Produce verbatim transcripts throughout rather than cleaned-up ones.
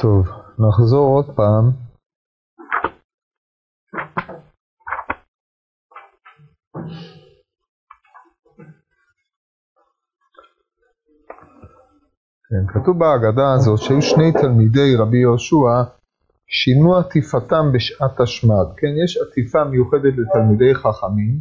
טוב, נחזור עוד פעם. כן, כתוב בהגדה הזאת שהיו שני תלמידי רבי יהושע שינו עטיפתם בשעת השמד. כן, יש עטיפה מיוחדת לתלמידי חכמים.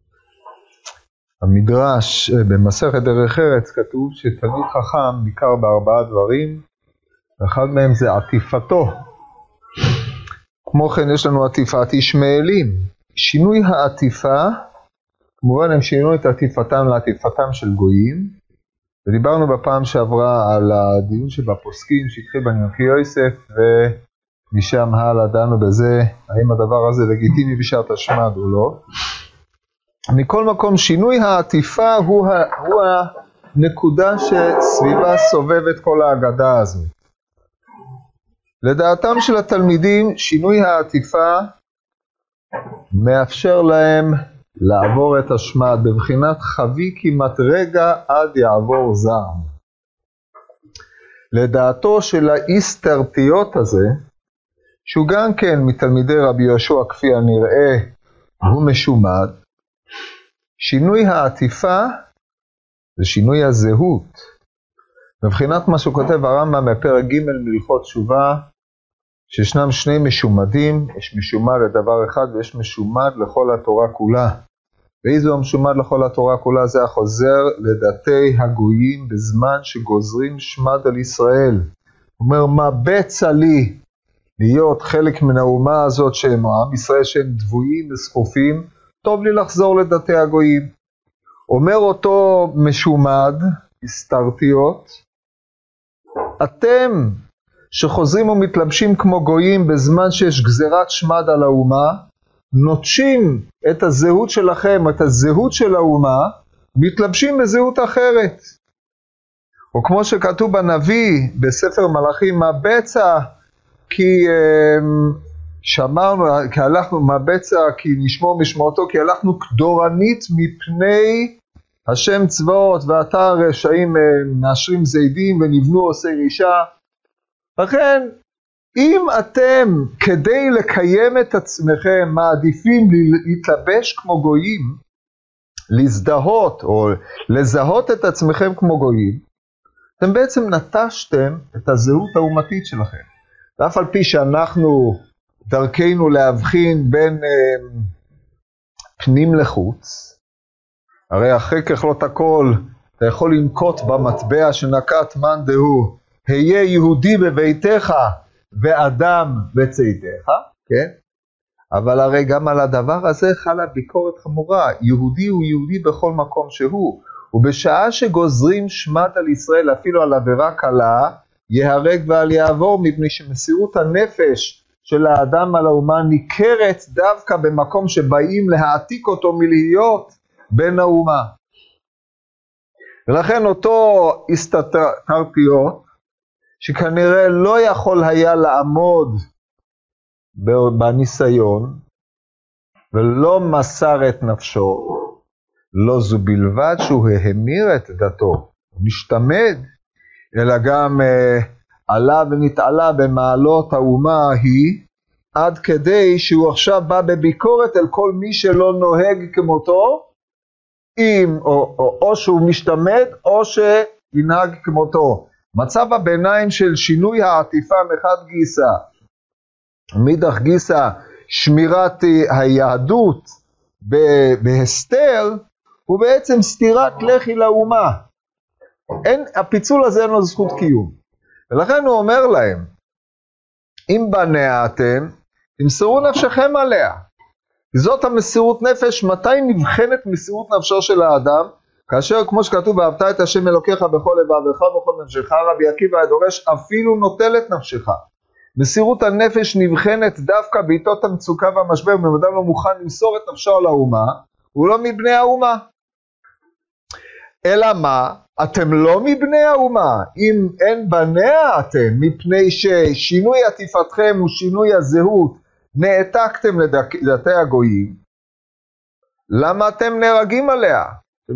המדרש במסכת דרך ארץ כתוב שתלמיד חכם ניכר בארבעה דברים, ואחד מהם זה עטיפתו. כמו כן יש לנו עטיפת ישמעאלים. שינוי העטיפה, כמובן הם שינו את עטיפתם לעטיפתם של גויים, ודיברנו בפעם שעברה על הדיון שבפוסקים שהתחיל בנימוקי יוסף, ומשם הלאה דנו בזה האם הדבר הזה לגיטימי בשעת השמד או לא. מכל מקום שינוי העטיפה הוא, ה, הוא הנקודה שסביבה סובבת כל ההגדה הזאת. לדעתם של התלמידים שינוי העטיפה מאפשר להם לעבור את השמד בבחינת חבי כמעט רגע עד יעבור זעם. לדעתו של האיסטרטיות הזה, שהוא גם כן מתלמידי רבי יהושע כפי הנראה הוא משומד, שינוי העטיפה זה שינוי הזהות. בבחינת מה שכותב הרמב"ם בפרק ג' מלכות תשובה, שישנם שני משומדים, יש משומד לדבר אחד ויש משומד לכל התורה כולה. ואיזו המשומד לכל התורה כולה? זה החוזר לדתי הגויים בזמן שגוזרים שמד על ישראל. הוא אומר, מה בצע לי להיות חלק מן האומה הזאת שהם עם ישראל שהם דבויים וסחופים, טוב לי לחזור לדתי הגויים. אומר אותו משומד, הסתרתיות, אתם שחוזרים ומתלבשים כמו גויים בזמן שיש גזירת שמד על האומה, נוטשים את הזהות שלכם, את הזהות של האומה, מתלבשים בזהות אחרת. או כמו שכתוב בנביא בספר מלאכים, מה בצע כי שמרנו, כי הלכנו, מה בצע כי נשמור משמורתו, כי הלכנו כדורנית מפני השם צבאות, ואתה רשעים מאשרים זידים ונבנו עושי רישה. לכן, אם אתם כדי לקיים את עצמכם מעדיפים להתלבש כמו גויים, להזדהות או לזהות את עצמכם כמו גויים, אתם בעצם נטשתם את הזהות האומתית שלכם. ואף על פי שאנחנו דרכנו להבחין בין אה, פנים לחוץ, הרי אחרי ככלות הכל אתה יכול לנקוט במטבע שנקט מאן דהוא, היה יהודי בביתך ואדם בצאתך, כן? אבל הרי גם על הדבר הזה חלה ביקורת חמורה. יהודי הוא יהודי בכל מקום שהוא, ובשעה שגוזרים שמד על ישראל אפילו על עבירה קלה, יהרג ועל יעבור, מפני שמסירות הנפש של האדם על האומה ניכרת דווקא במקום שבאים להעתיק אותו מלהיות בין האומה. ולכן אותו הסתתרתיות, שכנראה לא יכול היה לעמוד בניסיון, ולא מסר את נפשו, לא זו בלבד שהוא המיר את דתו, הוא משתמד, אלא גם אה, עלה ונתעלה במעלות האומה ההיא, עד כדי שהוא עכשיו בא בביקורת אל כל מי שלא נוהג כמותו, אם, או, או, או שהוא משתמד או שינהג כמותו. מצב הביניים של שינוי העטיפה מחד גיסא, מידך גיסא שמירת היהדות בהסתר, הוא בעצם סתירת לחי לאומה. אין, הפיצול הזה אין לו זכות קיום. ולכן הוא אומר להם, אם בניה אתם, תמסרו נפשכם עליה. זאת המסירות נפש. מתי נבחנת מסירות נפשו של האדם? כאשר כמו שכתוב, ואהבת את השם אלוקיך בכל לבבך ובכל נפשך, רבי עקיבא הדורש אפילו נוטל את נפשך. מסירות הנפש נבחנת דווקא בעיתות המצוקה והמשבר, אם אדם לא מוכן למסור את נפשו על האומה, הוא לא מבני האומה. אלא מה? אתם לא מבני האומה, אם אין בניה אתם, מפני ששינוי עטיפתכם ושינוי הזהות נעתקתם לדתי הגויים, למה אתם נהרגים עליה?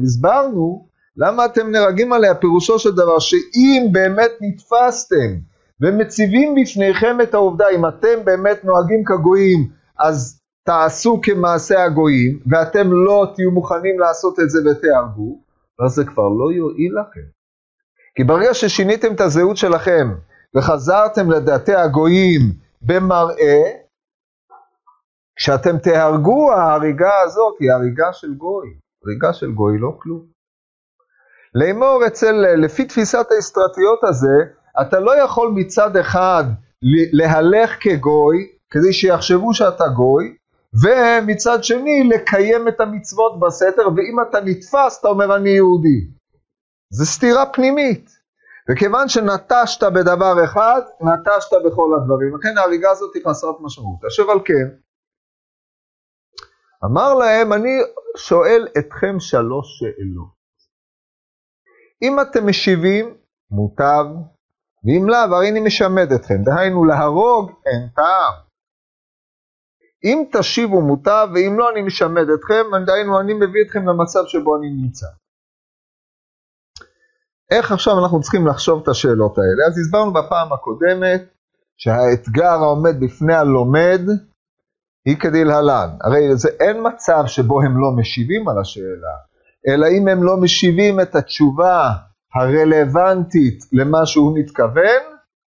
הסברנו למה אתם נהרגים עליה. פירושו של דבר שאם באמת נתפסתם ומציבים בפניכם את העובדה, אם אתם באמת נוהגים כגויים, אז תעשו כמעשה הגויים, ואתם לא תהיו מוכנים לעשות את זה ותהרגו, אז זה כבר לא יועיל לכם. כי ברגע ששיניתם את הזהות שלכם, וחזרתם לדעתי הגויים במראה, כשאתם תהרגו, ההריגה הזאת היא הריגה של גוי. הריגה של גוי לא כלום. לאמור אצל, לפי תפיסת האסטרטיות הזה, אתה לא יכול מצד אחד להלך כגוי, כדי שיחשבו שאתה גוי, ומצד שני לקיים את המצוות בסתר, ואם אתה נתפס, אתה אומר אני יהודי. זה סתירה פנימית. וכיוון שנטשת בדבר אחד, נטשת בכל הדברים. לכן ההריגה הזאת היא חסרת משמעות. אשר על כן, אמר להם, אני שואל אתכם שלוש שאלות. אם אתם משיבים, מוטב, ואם לא, הרי אני משמד אתכם. דהיינו, להרוג אין טעם. אם תשיבו מוטב, ואם לא, אני משמד אתכם, דהיינו, אני מביא אתכם למצב שבו אני נמצא. איך עכשיו אנחנו צריכים לחשוב את השאלות האלה? אז הסברנו בפעם הקודמת, שהאתגר העומד בפני הלומד, היא כדלהלן. הרי זה אין מצב שבו הם לא משיבים על השאלה, אלא אם הם לא משיבים את התשובה הרלוונטית למה שהוא מתכוון,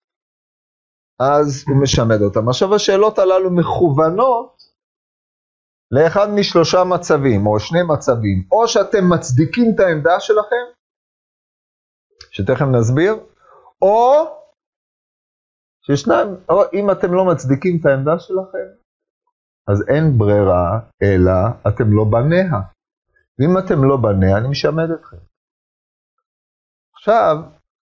אז הוא משמד אותם. עכשיו השאלות הללו מכוונות לאחד משלושה מצבים, או שני מצבים. או שאתם מצדיקים את העמדה שלכם, שתכף נסביר, או שישנם, או אם אתם לא מצדיקים את העמדה שלכם, אז אין ברירה, אלא אתם לא בניה. ואם אתם לא בניה, אני משמד אתכם. עכשיו,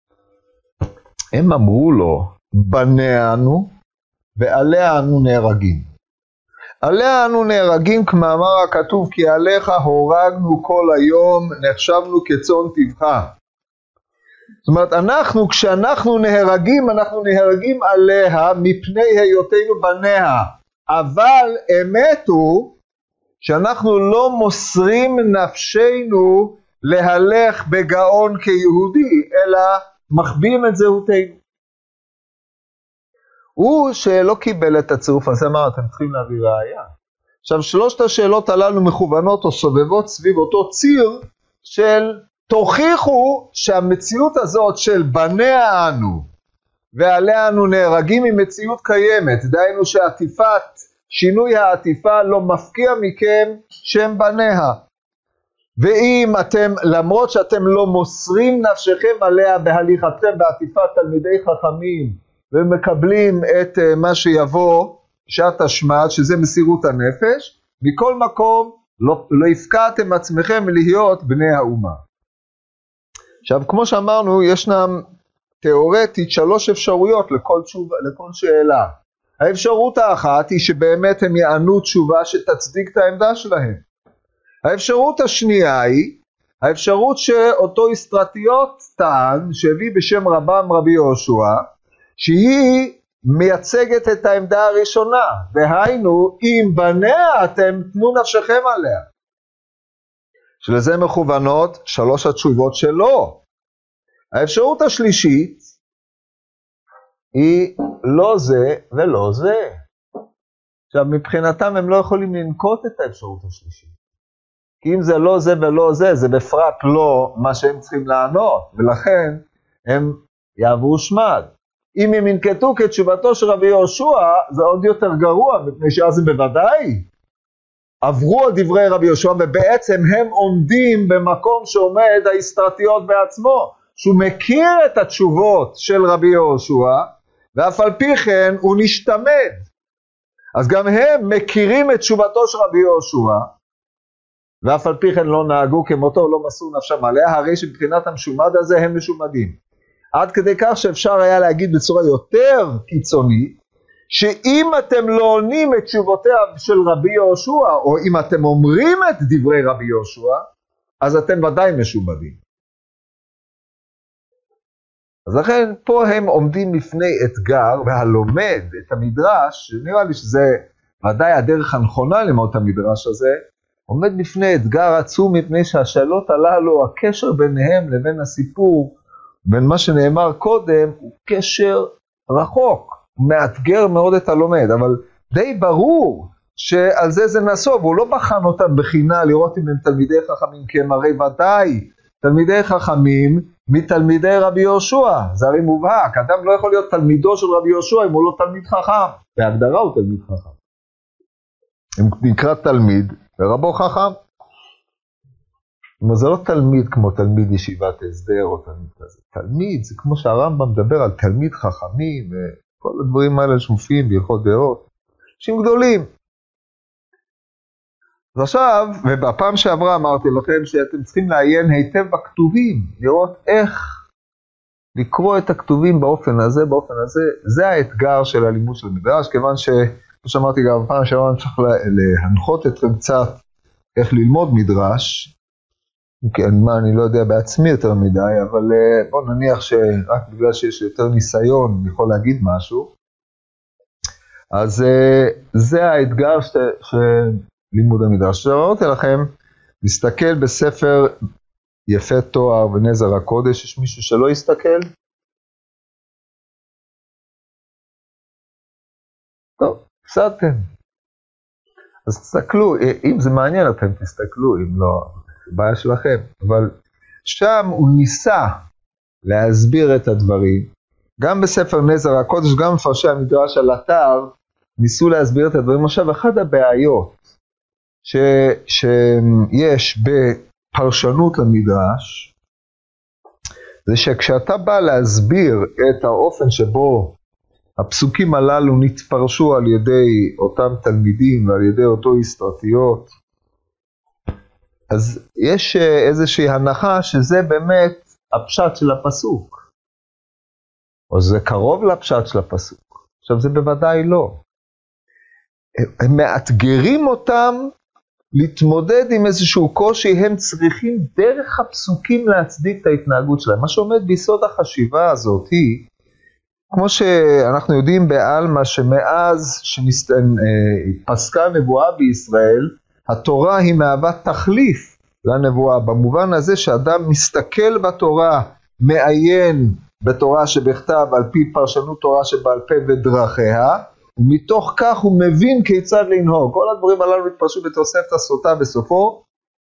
הם אמרו לו, בניה אנו, ועליה אנו נהרגים. עליה אנו נהרגים, כמאמר הכתוב, כי עליך הורגנו כל היום, נחשבנו כצאן טבחה. זאת אומרת, אנחנו, כשאנחנו נהרגים, אנחנו נהרגים עליה מפני היותנו בניה. אבל אמת הוא שאנחנו לא מוסרים נפשנו להלך בגאון כיהודי, אלא מחביאים את זהותנו. הוא שלא קיבל את הצירוף הזה, אמר, אתם צריכים להביא ראיה. עכשיו, שלושת השאלות הללו מכוונות או סובבות סביב אותו ציר של תוכיחו שהמציאות הזאת של בניה אנו ועליה אנו נהרגים היא מציאות קיימת. דהיינו שעטיפת, שינוי העטיפה לא מפקיע מכם שם בניה. ואם אתם, למרות שאתם לא מוסרים נפשכם עליה בהליכתכם בעטיפת תלמידי חכמים, ומקבלים את מה שיבוא שעת השמד, שזה מסירות הנפש, מכל מקום לא, לא הפקעתם עצמכם להיות בני האומה. עכשיו, כמו שאמרנו, ישנם תיאורטית שלוש אפשרויות לכל, תשובה, לכל שאלה. האפשרות האחת היא שבאמת הם יענו תשובה שתצדיק את העמדה שלהם. האפשרות השנייה היא, האפשרות שאותו אסטרטיות טען, שהביא בשם רבם רבי יהושע, שהיא מייצגת את העמדה הראשונה, והיינו, אם בניה אתם תנו נפשכם עליה. שלזה מכוונות שלוש התשובות שלו. האפשרות השלישית היא לא זה ולא זה. עכשיו מבחינתם הם לא יכולים לנקוט את האפשרות השלישית. כי אם זה לא זה ולא זה, זה בפרט לא מה שהם צריכים לענות, ולכן הם יעברו שמד. אם הם ינקטו כתשובתו של רבי יהושע, זה עוד יותר גרוע, מפני שאז הם בוודאי עברו על דברי רבי יהושע, ובעצם הם עומדים במקום שעומד האסטרטיות בעצמו, שהוא מכיר את התשובות של רבי יהושע, ואף על פי כן הוא נשתמד. אז גם הם מכירים את תשובתו של רבי יהושע, ואף על פי כן לא נהגו כמותו, לא מסרו נפשם עליה, הרי שבבחינת המשומד הזה הם משומדים. עד כדי כך שאפשר היה להגיד בצורה יותר קיצונית, שאם אתם לא עונים את תשובותיו של רבי יהושע, או אם אתם אומרים את דברי רבי יהושע, אז אתם ודאי משומדים. אז לכן פה הם עומדים לפני אתגר, והלומד את המדרש, נראה לי שזה ודאי הדרך הנכונה ללמוד את המדרש הזה, עומד בפני אתגר עצום, מפני שהשאלות הללו, הקשר ביניהם לבין הסיפור, בין מה שנאמר קודם, הוא קשר רחוק, מאתגר מאוד את הלומד, אבל די ברור שעל זה זה נסוב, הוא לא בחן אותם בחינה לראות אם הם תלמידי חכמים, כי הם הרי ודאי תלמידי חכמים מתלמידי רבי יהושע, זה הרי מובהק, אדם לא יכול להיות תלמידו של רבי יהושע אם הוא לא תלמיד חכם, בהגדרה הוא תלמיד חכם. אם נקרא תלמיד, ורבו חכם. זה לא תלמיד כמו תלמיד ישיבת הסדר או תלמיד כזה. תלמיד זה כמו שהרמב"ם מדבר על תלמיד חכמים, וכל הדברים האלה שמופיעים בהלכות דעות. אנשים גדולים. אז עכשיו, ובפעם שעברה אמרתי לכם שאתם צריכים לעיין היטב בכתובים, לראות איך לקרוא את הכתובים באופן הזה, באופן הזה, זה האתגר של הלימוד של המדרש, כיוון ש... כמו שאמרתי גם בפעם שעברה, אני צריך להנחות אתכם קצת איך ללמוד מדרש, כן, מה, אני לא יודע בעצמי יותר מדי, אבל בוא נניח שרק בגלל שיש יותר ניסיון, אני יכול להגיד משהו, אז זה האתגר ש... של לימוד המדרש. שאמרתי לכם, להסתכל בספר יפה תואר ונזר הקודש, יש מישהו שלא יסתכל? טוב, הפסדתם. אז תסתכלו, אם זה מעניין אתם תסתכלו, אם לא, בעיה שלכם. אבל שם הוא ניסה להסביר את הדברים, גם בספר נזר הקודש, גם מפרשי המדרש על אתר, ניסו להסביר את הדברים. עכשיו, אחת הבעיות ש, שיש בפרשנות למדרש, זה שכשאתה בא להסביר את האופן שבו הפסוקים הללו נתפרשו על ידי אותם תלמידים ועל ידי אותו אסטרטיות, אז יש איזושהי הנחה שזה באמת הפשט של הפסוק, או זה קרוב לפשט של הפסוק. עכשיו זה בוודאי לא. הם מאתגרים אותם להתמודד עם איזשהו קושי, הם צריכים דרך הפסוקים להצדיק את ההתנהגות שלהם. מה שעומד ביסוד החשיבה הזאת היא, כמו שאנחנו יודעים בעלמא שמאז שפסקה נבואה בישראל, התורה היא מהווה תחליף לנבואה, במובן הזה שאדם מסתכל בתורה, מעיין בתורה שבכתב על פי פרשנות תורה שבעל פה ודרכיה, ומתוך כך הוא מבין כיצד לנהוג. כל הדברים הללו התפרשו בתוספתא סוטה בסופו,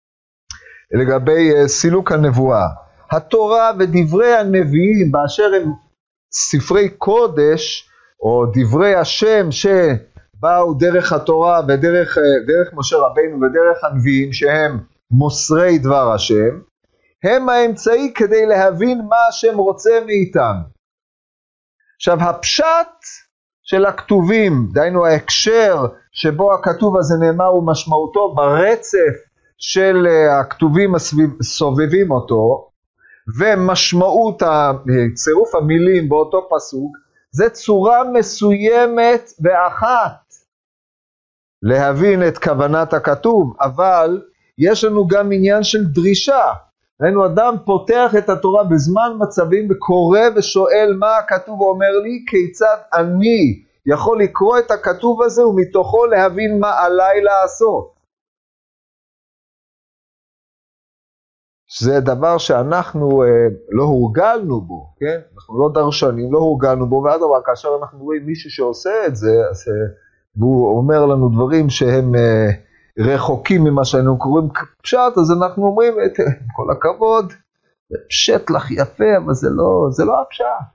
לגבי סילוק הנבואה. התורה ודברי הנביאים באשר הם ספרי קודש, או דברי השם שבאו דרך התורה ודרך דרך משה רבינו ודרך הנביאים שהם מוסרי דבר השם, הם האמצעי כדי להבין מה השם רוצה מאיתנו. עכשיו הפשט של הכתובים, דהיינו ההקשר שבו הכתוב הזה נאמר ומשמעותו ברצף של הכתובים הסובבים אותו, ומשמעות צירוף המילים באותו פסוק, זה צורה מסוימת ואחת להבין את כוונת הכתוב, אבל יש לנו גם עניין של דרישה. היינו אדם פותח את התורה בזמן מצבים וקורא ושואל מה הכתוב אומר לי, כיצד אני יכול לקרוא את הכתוב הזה ומתוכו להבין מה עליי לעשות. זה דבר שאנחנו אה, לא הורגלנו בו, כן? אנחנו לא דרשנים, לא הורגלנו בו, ועד אבל כאשר אנחנו רואים מישהו שעושה את זה, אז, אה, והוא אומר לנו דברים שהם אה, רחוקים ממה שאנחנו קוראים פשט, אז אנחנו אומרים, את, כל הכבוד, זה פשט לך יפה, אבל זה לא, זה לא הפשט.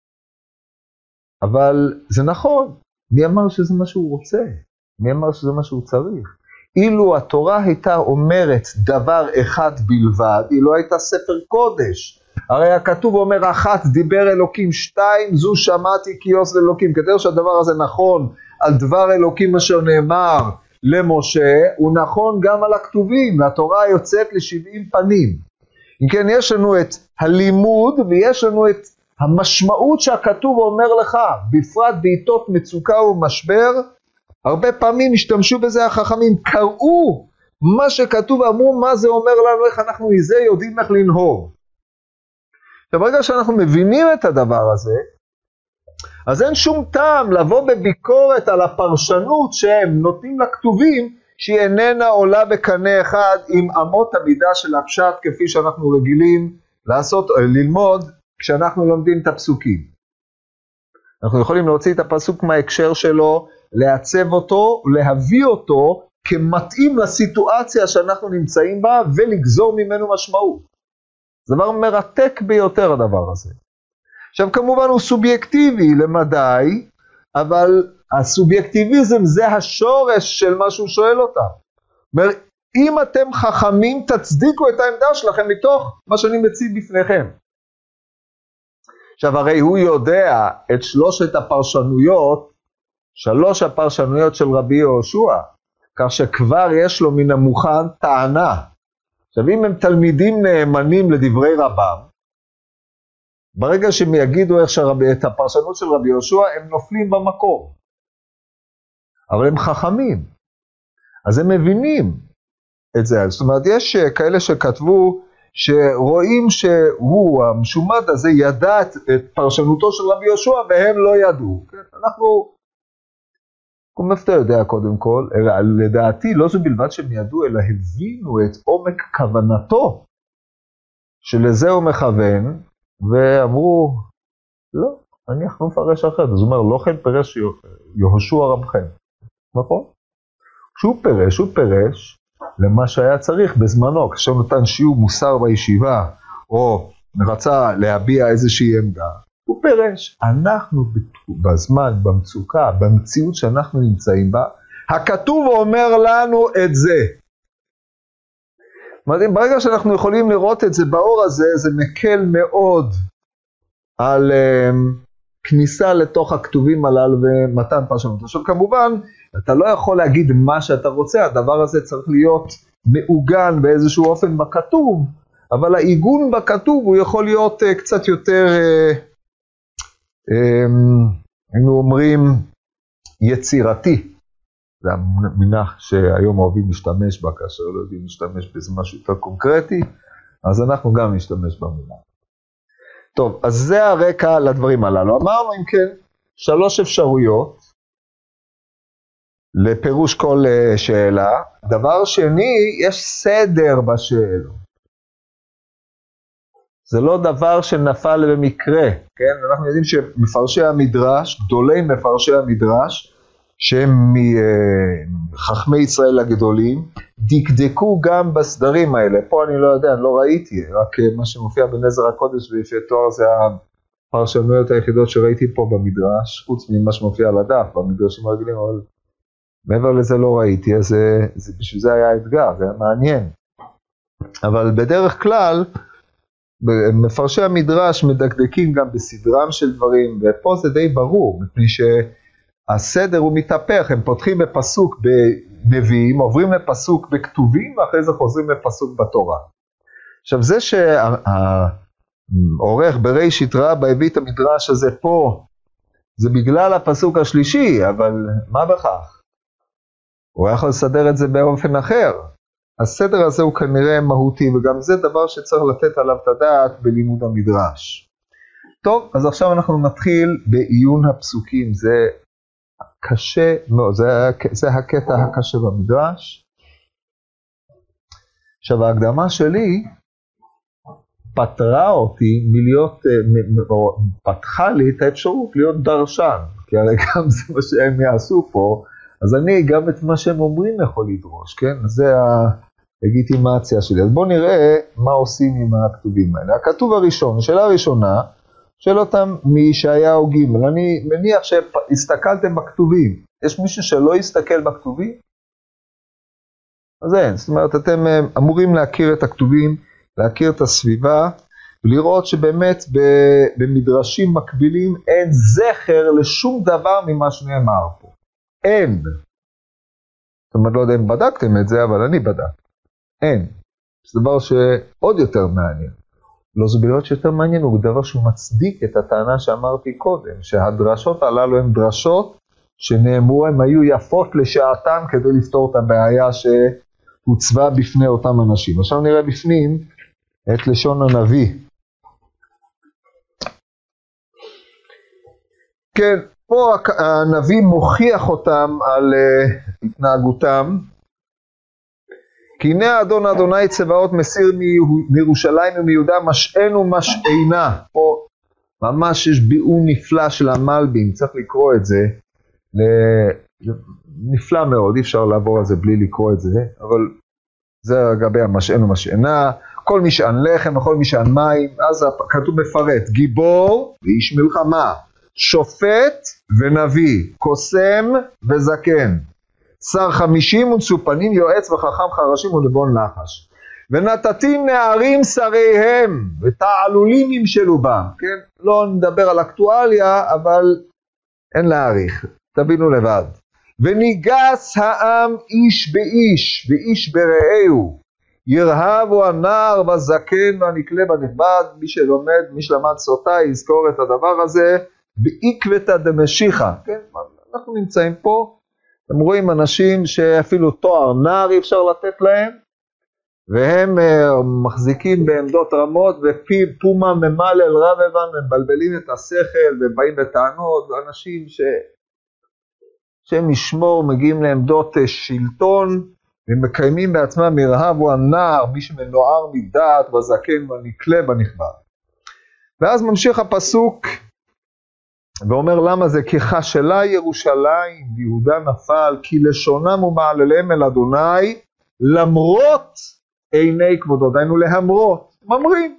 אבל זה נכון, מי אמר שזה מה שהוא רוצה? מי אמר שזה מה שהוא צריך? אילו התורה הייתה אומרת דבר אחד בלבד, היא לא הייתה ספר קודש. הרי הכתוב אומר אחת דיבר אלוקים, שתיים זו שמעתי כי יוס לאלוקים. כדי שהדבר הזה נכון על דבר אלוקים אשר נאמר למשה, הוא נכון גם על הכתובים, והתורה יוצאת לשבעים פנים. אם כן, יש לנו את הלימוד ויש לנו את המשמעות שהכתוב אומר לך, בפרט בעיתות מצוקה ומשבר, הרבה פעמים השתמשו בזה החכמים, קראו מה שכתוב ואמרו מה זה אומר לנו, איך אנחנו מזה יודעים איך לנהוג. ברגע שאנחנו מבינים את הדבר הזה, אז אין שום טעם לבוא בביקורת על הפרשנות שהם נותנים לכתובים, שהיא איננה עולה בקנה אחד עם אמות המידה של הפשט כפי שאנחנו רגילים לעשות, ללמוד כשאנחנו לומדים את הפסוקים. אנחנו יכולים להוציא את הפסוק מההקשר שלו, לעצב אותו, להביא אותו כמתאים לסיטואציה שאנחנו נמצאים בה, ולגזור ממנו משמעות. זה דבר מרתק ביותר הדבר הזה. עכשיו כמובן הוא סובייקטיבי למדי, אבל הסובייקטיביזם זה השורש של מה שהוא שואל אותם. אומר, אם אתם חכמים תצדיקו את העמדה שלכם מתוך מה שאני מציב בפניכם. עכשיו הרי הוא יודע את שלושת הפרשנויות, שלוש הפרשנויות של רבי יהושע, כך שכבר יש לו מן המוכן טענה. עכשיו אם הם תלמידים נאמנים לדברי רבם, ברגע שהם יגידו איך שרבי, את הפרשנות של רבי יהושע, הם נופלים במקום. אבל הם חכמים, אז הם מבינים את זה. זאת אומרת, יש כאלה שכתבו, שרואים שהוא, המשומד הזה, ידע את, את פרשנותו של רבי יהושע, והם לא ידעו. כן? אנחנו, כמו מאיפה אתה יודע קודם כל, לדעתי לא זו בלבד שהם ידעו, אלא הבינו את עומק כוונתו, שלזה הוא מכוון, ואמרו, לא, אני יכול לפרש אחרת. אז הוא אומר, לא כן פרש יהושע רבכם. נכון? כשהוא פרש, הוא פרש למה שהיה צריך בזמנו. כשהוא נתן שיעור מוסר בישיבה, או רצה להביע איזושהי עמדה, הוא פרש. אנחנו בזמן, במצוקה, במציאות שאנחנו נמצאים בה, הכתוב אומר לנו את זה. ברגע שאנחנו יכולים לראות את זה באור הזה, זה מקל מאוד על um, כניסה לתוך הכתובים הללו ומתן פרשנות. עכשיו כמובן, אתה לא יכול להגיד מה שאתה רוצה, הדבר הזה צריך להיות מעוגן באיזשהו אופן בכתוב, אבל העיגון בכתוב הוא יכול להיות uh, קצת יותר, uh, um, היינו אומרים, יצירתי. זה המונח שהיום אוהבים להשתמש בה, כאשר לא יודעים להשתמש בזה משהו יותר קונקרטי, אז אנחנו גם נשתמש במונח. טוב, אז זה הרקע לדברים הללו. אמרנו אם כן, שלוש אפשרויות לפירוש כל שאלה. דבר שני, יש סדר בשאלות. זה לא דבר שנפל במקרה, כן? אנחנו יודעים שמפרשי המדרש, גדולי מפרשי המדרש, שהם מחכמי ישראל הגדולים, דקדקו גם בסדרים האלה. פה אני לא יודע, אני לא ראיתי, רק מה שמופיע בנזר הקודש ויפי תואר זה הפרשנויות היחידות שראיתי פה במדרש, חוץ ממה שמופיע על הדף, במדרשים הרגילים, אבל מעבר לזה לא ראיתי, אז זה, זה, בשביל זה היה אתגר, זה היה מעניין. אבל בדרך כלל, מפרשי המדרש מדקדקים גם בסדרם של דברים, ופה זה די ברור, מפני ש... הסדר הוא מתהפך, הם פותחים בפסוק בנביאים, עוברים לפסוק בכתובים, ואחרי זה חוזרים לפסוק בתורה. עכשיו זה שהעורך בראשית רבה הביא את המדרש הזה פה, זה בגלל הפסוק השלישי, אבל מה בכך? הוא יכול לסדר את זה באופן אחר. הסדר הזה הוא כנראה מהותי, וגם זה דבר שצריך לתת עליו את הדעת בלימוד המדרש. טוב, אז עכשיו אנחנו נתחיל בעיון הפסוקים, זה קשה מאוד, זה, זה הקטע הקשה במדרש. עכשיו ההקדמה שלי פתרה אותי מלהיות, או פתחה לי את האפשרות להיות דרשן, כי הרי גם זה מה שהם יעשו פה, אז אני גם את מה שהם אומרים יכול לדרוש, כן? זה הלגיטימציה שלי. אז בואו נראה מה עושים עם הכתובים האלה. הכתוב הראשון, השאלה הראשונה, של אותם מישעיהו ג'. אני מניח שהסתכלתם בכתובים. יש מישהו שלא יסתכל בכתובים? אז אין. זאת אומרת, אתם אמורים להכיר את הכתובים, להכיר את הסביבה, ולראות שבאמת במדרשים מקבילים אין זכר לשום דבר ממה שנאמר פה. אין. זאת אומרת, לא יודע אם בדקתם את זה, אבל אני בדק. אין. זה דבר שעוד יותר מעניין. לא זו בלבד שיותר מעניין, הוא דבר שהוא מצדיק את הטענה שאמרתי קודם, שהדרשות הללו הן דרשות שנאמרו, הן היו יפות לשעתם כדי לפתור את הבעיה שהוצבה בפני אותם אנשים. עכשיו נראה בפנים את לשון הנביא. כן, פה הנביא מוכיח אותם על uh, התנהגותם. כי הנה אדון אדוני צבאות מסיר מירושלים ומיהודה משענו משענה. פה ממש יש ביאור נפלא של המלבים, צריך לקרוא את זה, נפלא מאוד, אי אפשר לעבור על זה בלי לקרוא את זה, אבל זה לגבי המשען ומשענה, כל משען לחם וכל משען מים, אז כתוב מפרט, גיבור ואיש מלחמה, שופט ונביא, קוסם וזקן, שר חמישים וצופנים, יועץ וחכם חרשים ונבון לחש. ונתתי נערים שריהם ותעלולים ימשלו בם, כן? לא נדבר על אקטואליה, אבל אין להעריך, תבינו לבד. וניגס העם איש באיש ואיש ברעהו, ירהבו הנער והזקן והנקלה בנכבד. מי שלומד, מי שלמד סוטה יזכור את הדבר הזה, בעקבתא דמשיחא, כן? אנחנו נמצאים פה, אתם רואים אנשים שאפילו תואר נער אי אפשר לתת להם, והם uh, מחזיקים בעמדות רמות, ופי פומה ממלל רב אבן, מבלבלים את השכל ובאים בטענות, ואנשים ש... שהם ישמור מגיעים לעמדות uh, שלטון, ומקיימים בעצמם מרהב הוא הנער, מי שמנוער מדעת והזקן והנקלה בנכבד. ואז ממשיך הפסוק, ואומר למה זה? כי חשלה ירושלים, יהודה נפל, כי לשונם ומעלליהם אל אדוני, למרות עיני כבודו, דיינו להמרות, ממרים.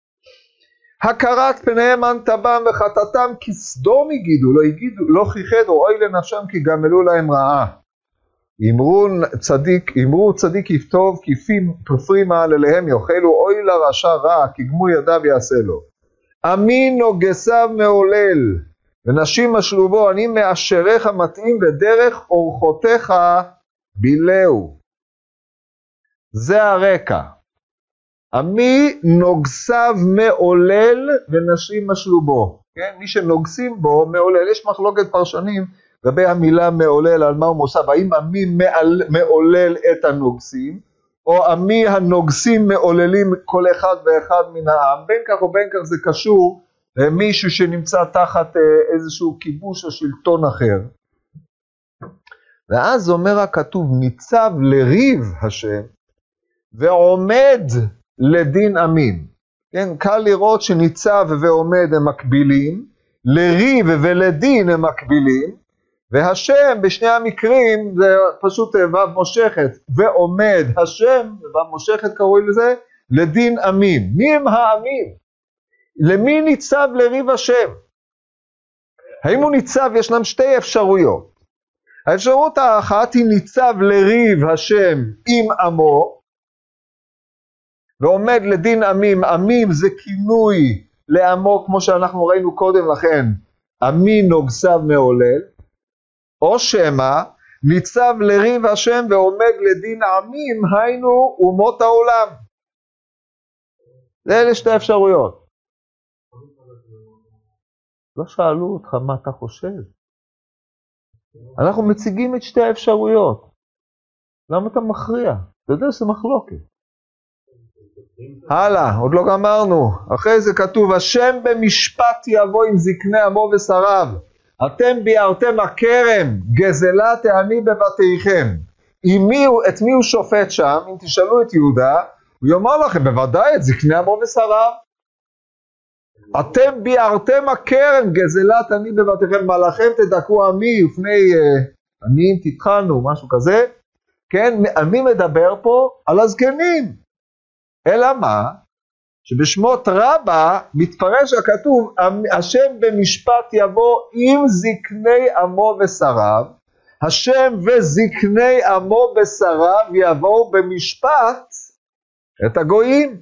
הכרת פניהם אנטבם וחטאתם כסדום הגידו, לא הגידו, לא חיחדו, אוי לנפשם כי גמלו להם רעה. אמרו צדיק, אמרו צדיק יפטוב, כי פרי מעלליהם יאכלו, אוי לרשע רע, כי גמול ידיו יעשה לו. עמי נוגסיו מעולל, ונשים משלובו, אני מאשריך מתאים ודרך אורחותיך בילהו. זה הרקע. עמי נוגסיו מעולל ונשים משלובו. כן? מי שנוגסים בו מעולל. יש מחלוקת פרשנים לגבי המילה מעולל, על מה הוא מוסף. האם עמי מעל, מעולל את הנוגסים, או עמי הנוגסים מעוללים כל אחד ואחד מן העם. בין כך או בין כך זה קשור למישהו שנמצא תחת איזשהו כיבוש או שלטון אחר. ואז אומר הכתוב, ניצב לריב השם, ועומד לדין עמים. כן, קל לראות שניצב ועומד הם מקבילים, לריב ולדין הם מקבילים, והשם בשני המקרים זה פשוט ו' מושכת, ועומד השם, ו' מושכת קראו לזה, לדין עמים. מי הם העמים? למי ניצב לריב השם? האם הוא ניצב? ישנם שתי אפשרויות. האפשרות האחת היא ניצב לריב השם עם עמו, ועומד לדין עמים. עמים זה כינוי לעמו, כמו שאנחנו ראינו קודם לכן, עמי נוגסיו מעולל, או שמה ניצב לריב השם ועומד לדין עמים, היינו אומות העולם. זה אלה שתי אפשרויות. לא שאלו אותך מה אתה חושב. אנחנו מציגים את שתי האפשרויות. למה אתה מכריע? אתה יודע שזה מחלוקת. הלאה, עוד לא גמרנו. אחרי זה כתוב, השם במשפט יבוא עם זקני עמו ושריו. אתם ביארתם הכרם, גזלה תעני בבתיכם. מי, את מי הוא שופט שם? אם תשאלו את יהודה, הוא יאמר לכם, בוודאי את זקני עמו ושריו. אתם ביארתם הכרם, גזלה תעני בבתיכם, מלאכם תדכאו עמי, ופני עניים תתחנו, משהו כזה. כן, על מי מדבר פה? על הזקנים. אלא מה? שבשמות רבה מתפרש הכתוב, השם במשפט יבוא עם זקני עמו ושריו, השם וזקני עמו ושריו יבואו במשפט את הגויים.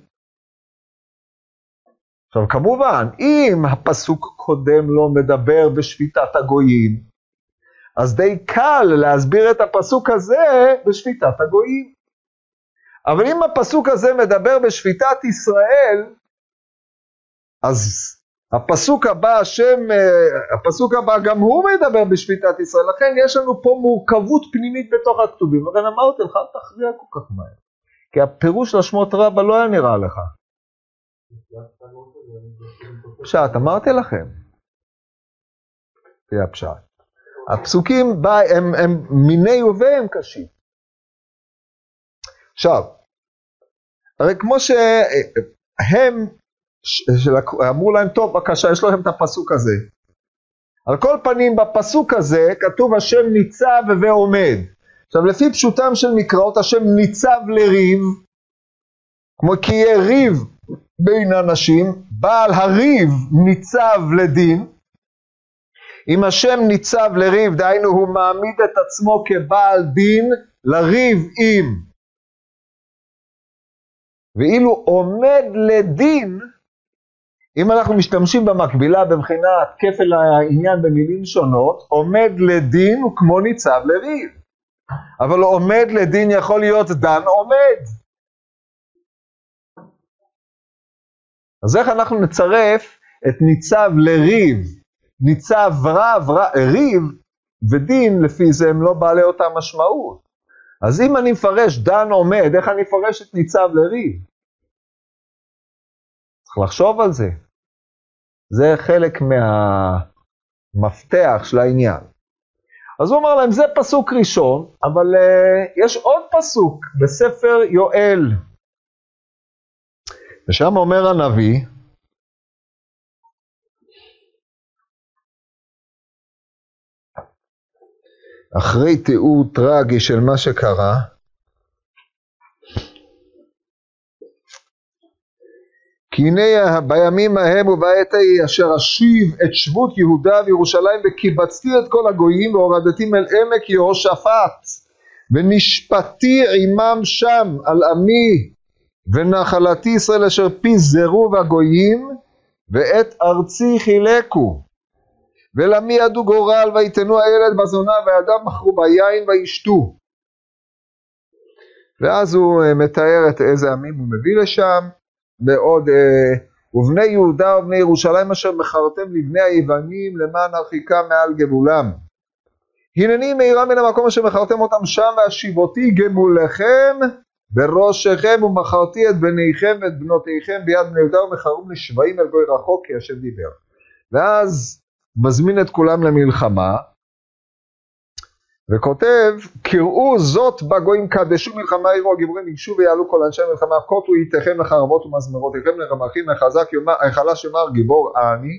עכשיו כמובן, אם הפסוק קודם לא מדבר בשפיטת הגויים, אז די קל להסביר את הפסוק הזה בשפיטת הגויים. אבל אם הפסוק הזה מדבר בשפיטת ישראל, אז הפסוק הבא, השם, הפסוק הבא גם הוא מדבר בשפיטת ישראל, לכן יש לנו פה מורכבות פנימית בתוך הכתובים. לכן אמרתי לך, אל תכריע כל כך מהר, כי הפירוש לשמות רבה לא היה נראה לך. פשט, אמרתי לכם. זה הפשט. הפסוקים בה, הם, הם מיני והם קשים. עכשיו, הרי כמו שהם אמרו להם, טוב, בבקשה, יש לכם את הפסוק הזה. על כל פנים, בפסוק הזה כתוב השם ניצב ועומד. עכשיו, לפי פשוטם של מקראות, השם ניצב לריב, כמו כי יהיה ריב בין אנשים, בעל הריב ניצב לדין. אם השם ניצב לריב, דהיינו הוא מעמיד את עצמו כבעל דין לריב עם. ואילו עומד לדין, אם אנחנו משתמשים במקבילה בבחינת כפל העניין במילים שונות, עומד לדין הוא כמו ניצב לריב. אבל עומד לדין יכול להיות דן עומד. אז איך אנחנו נצרף את ניצב לריב? ניצב רב, רב ריב ודין, לפי זה הם לא בעלי אותה משמעות. אז אם אני מפרש דן עומד, איך אני מפרש את ניצב לריב? צריך לחשוב על זה. זה חלק מהמפתח של העניין. אז הוא אמר להם, זה פסוק ראשון, אבל uh, יש עוד פסוק בספר יואל. ושם אומר הנביא, אחרי תיאור טרגי של מה שקרה, כי הנה בימים ההם ובעת ההיא אשר אשיב את שבות יהודה וירושלים וקיבצתי את כל הגויים והורדתי אל עמק יהושפט ונשפטי עמם שם על עמי ונחלתי ישראל אשר פיזרו הגויים ואת ארצי חילקו ולמי ידעו גורל ויתנו הילד בזונה וידם מכרו ביין וישתו. ואז הוא מתאר את איזה עמים הוא מביא לשם, ועוד ובני יהודה ובני ירושלים אשר מכרתם לבני היוונים למען הרחיקה מעל גבולם. הנני מהירה מן המקום אשר מכרתם אותם שם והשיבותי גמולכם בראשכם ומכרתי את בניכם ואת בנותיכם ביד בני יהודה ומכרום לשבעים אל גוי רחוק כי השם דיבר. ואז מזמין את כולם למלחמה וכותב, קראו זאת בגויים קדשו מלחמה יראו הגיבורים ייגשו ויעלו כל אנשי מלחמה קוטו איתכם לחרבות ומזמרותיכם לרמחים לחזק חלש יאמר גיבור אני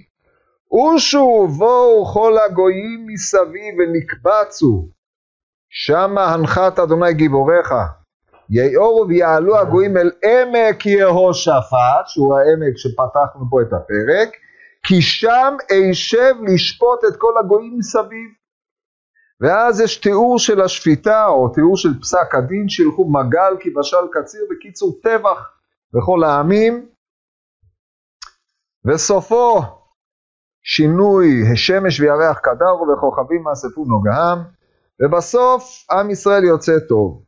ושובו כל הגויים מסביב ונקבצו שמה הנחת אדוני גיבוריך יאורו ויעלו הגויים אל עמק יהושפט שהוא העמק שפתחנו פה את הפרק כי שם אישב לשפוט את כל הגויים מסביב. ואז יש תיאור של השפיטה או תיאור של פסק הדין שילכו מגל כי בשל קציר בקיצור טבח בכל העמים וסופו שינוי השמש וירח קדרו וכוכבים מאספו נוגהם ובסוף עם ישראל יוצא טוב.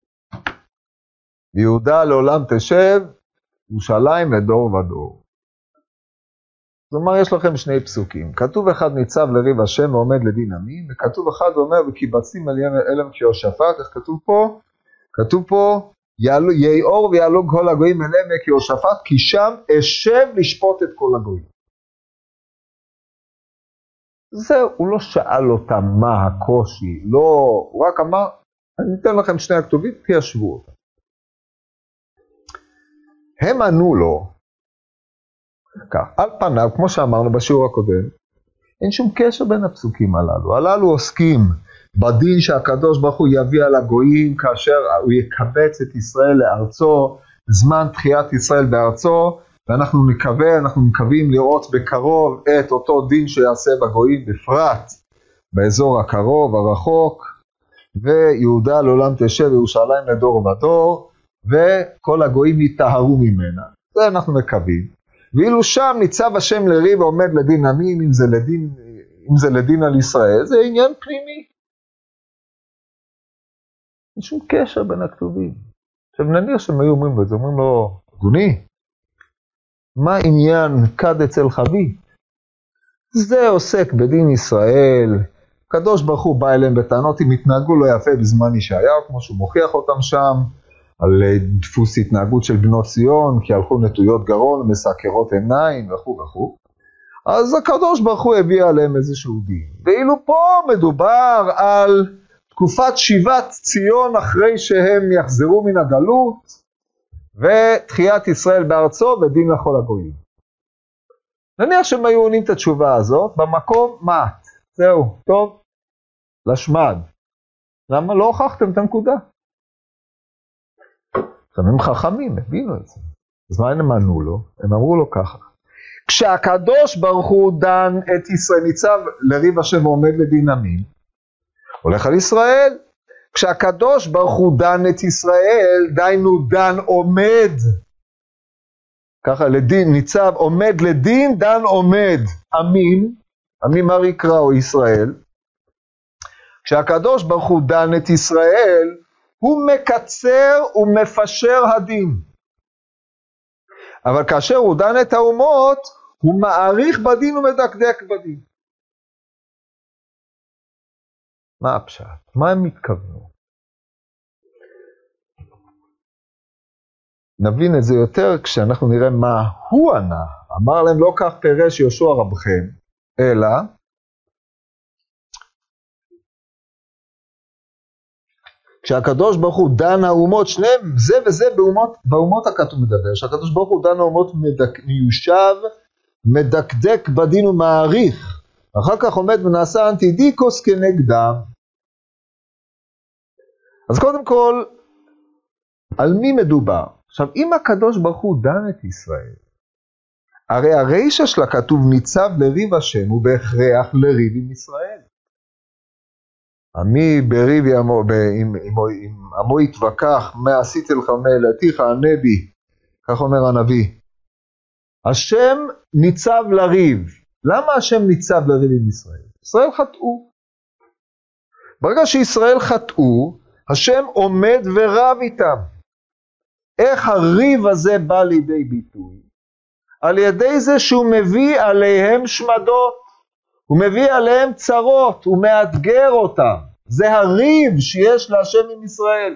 יהודה לעולם תשב ירושלים לדור ודור. זאת אומרת, יש לכם שני פסוקים. כתוב אחד ניצב לריב השם ועומד לדין עמים, וכתוב אחד אומר וקיבצים אל עמק יהושפט. איך כתוב פה? כתוב פה יאור ויעלו כל הגויים אל עמק יהושפט, כי שם אשב לשפוט את כל הגויים. זהו, הוא לא שאל אותם מה הקושי, לא, הוא רק אמר, אני אתן לכם שני הכתובים, תיישבו אותם. הם ענו לו, כך, על פניו, כמו שאמרנו בשיעור הקודם, אין שום קשר בין הפסוקים הללו. הללו עוסקים בדין שהקדוש ברוך הוא יביא על הגויים, כאשר הוא יקבץ את ישראל לארצו, זמן תחיית ישראל בארצו, ואנחנו מקווה, אנחנו מקווים לראות בקרוב את אותו דין שיעשה בגויים, בפרט באזור הקרוב, הרחוק, ויהודה לעולם תשב וירושלים לדור ודור, וכל הגויים יטהרו ממנה. זה אנחנו מקווים. ואילו שם ניצב השם לריב ועומד לדין עמים, אם זה לדין, אם זה לדין על ישראל, זה עניין פנימי. אין שום קשר בין הכתובים. עכשיו נניח שהם היו אומרים בזה, אומרים לו, אדוני, מה עניין קד אצל חבי? זה עוסק בדין ישראל, הקדוש ברוך הוא בא אליהם בטענות, אם התנהגו לא יפה בזמן ישעיהו, כמו שהוא מוכיח אותם שם, על דפוס התנהגות של בנות ציון, כי הלכו נטויות גרון, מסקרות עיניים וכו' וכו'. אז הקדוש ברוך הוא הביא עליהם איזשהו דין. ואילו פה מדובר על תקופת שיבת ציון אחרי שהם יחזרו מן הגלות, ותחיית ישראל בארצו ודין לכל הגויים. נניח שהם היו עונים את התשובה הזאת, במקום מת. זהו, טוב, לשמד. למה לא הוכחתם את הנקודה? עכשיו הם חכמים, הבינו את זה. אז מה הם ענו לו? הם אמרו לו ככה. כשהקדוש ברוך הוא דן את ישראל, ניצב לריב השם ועומד לדין עמים, הולך על ישראל. כשהקדוש ברוך הוא דן את ישראל, דיינו דן עומד. ככה לדין, ניצב עומד לדין, דן עומד. עמים, עמים מה יקרא או ישראל. כשהקדוש ברוך הוא דן את ישראל, הוא מקצר ומפשר הדין. אבל כאשר הוא דן את האומות, הוא מעריך בדין ומדקדק בדין. מה הפשט? מה הם מתכוונו? נבין את זה יותר כשאנחנו נראה מה הוא ענה. אמר להם לא כך פירש יהושע רבכם, אלא כשהקדוש ברוך הוא דן האומות, שניהם זה וזה באומות, באומות הכתוב מדבר, שהקדוש ברוך הוא דן האומות מדק, מיושב, מדקדק בדין ומעריך, אחר כך עומד ונעשה אנטידיקוס כנגדם. אז קודם כל, על מי מדובר? עכשיו, אם הקדוש ברוך הוא דן את ישראל, הרי הרישא של הכתוב ניצב לריב השם הוא בהכרח לריב עם ישראל. עמי בריב עמו, אם עמו יתווכח, מה עשיתי לך מלאתיך הנבי, כך אומר הנביא. השם ניצב לריב. למה השם ניצב לריב עם ישראל? ישראל חטאו. ברגע שישראל חטאו, השם עומד ורב איתם. איך הריב הזה בא לידי ביטוי? על ידי זה שהוא מביא עליהם שמדות, הוא מביא עליהם צרות, הוא מאתגר אותם. זה הריב שיש להשם עם ישראל.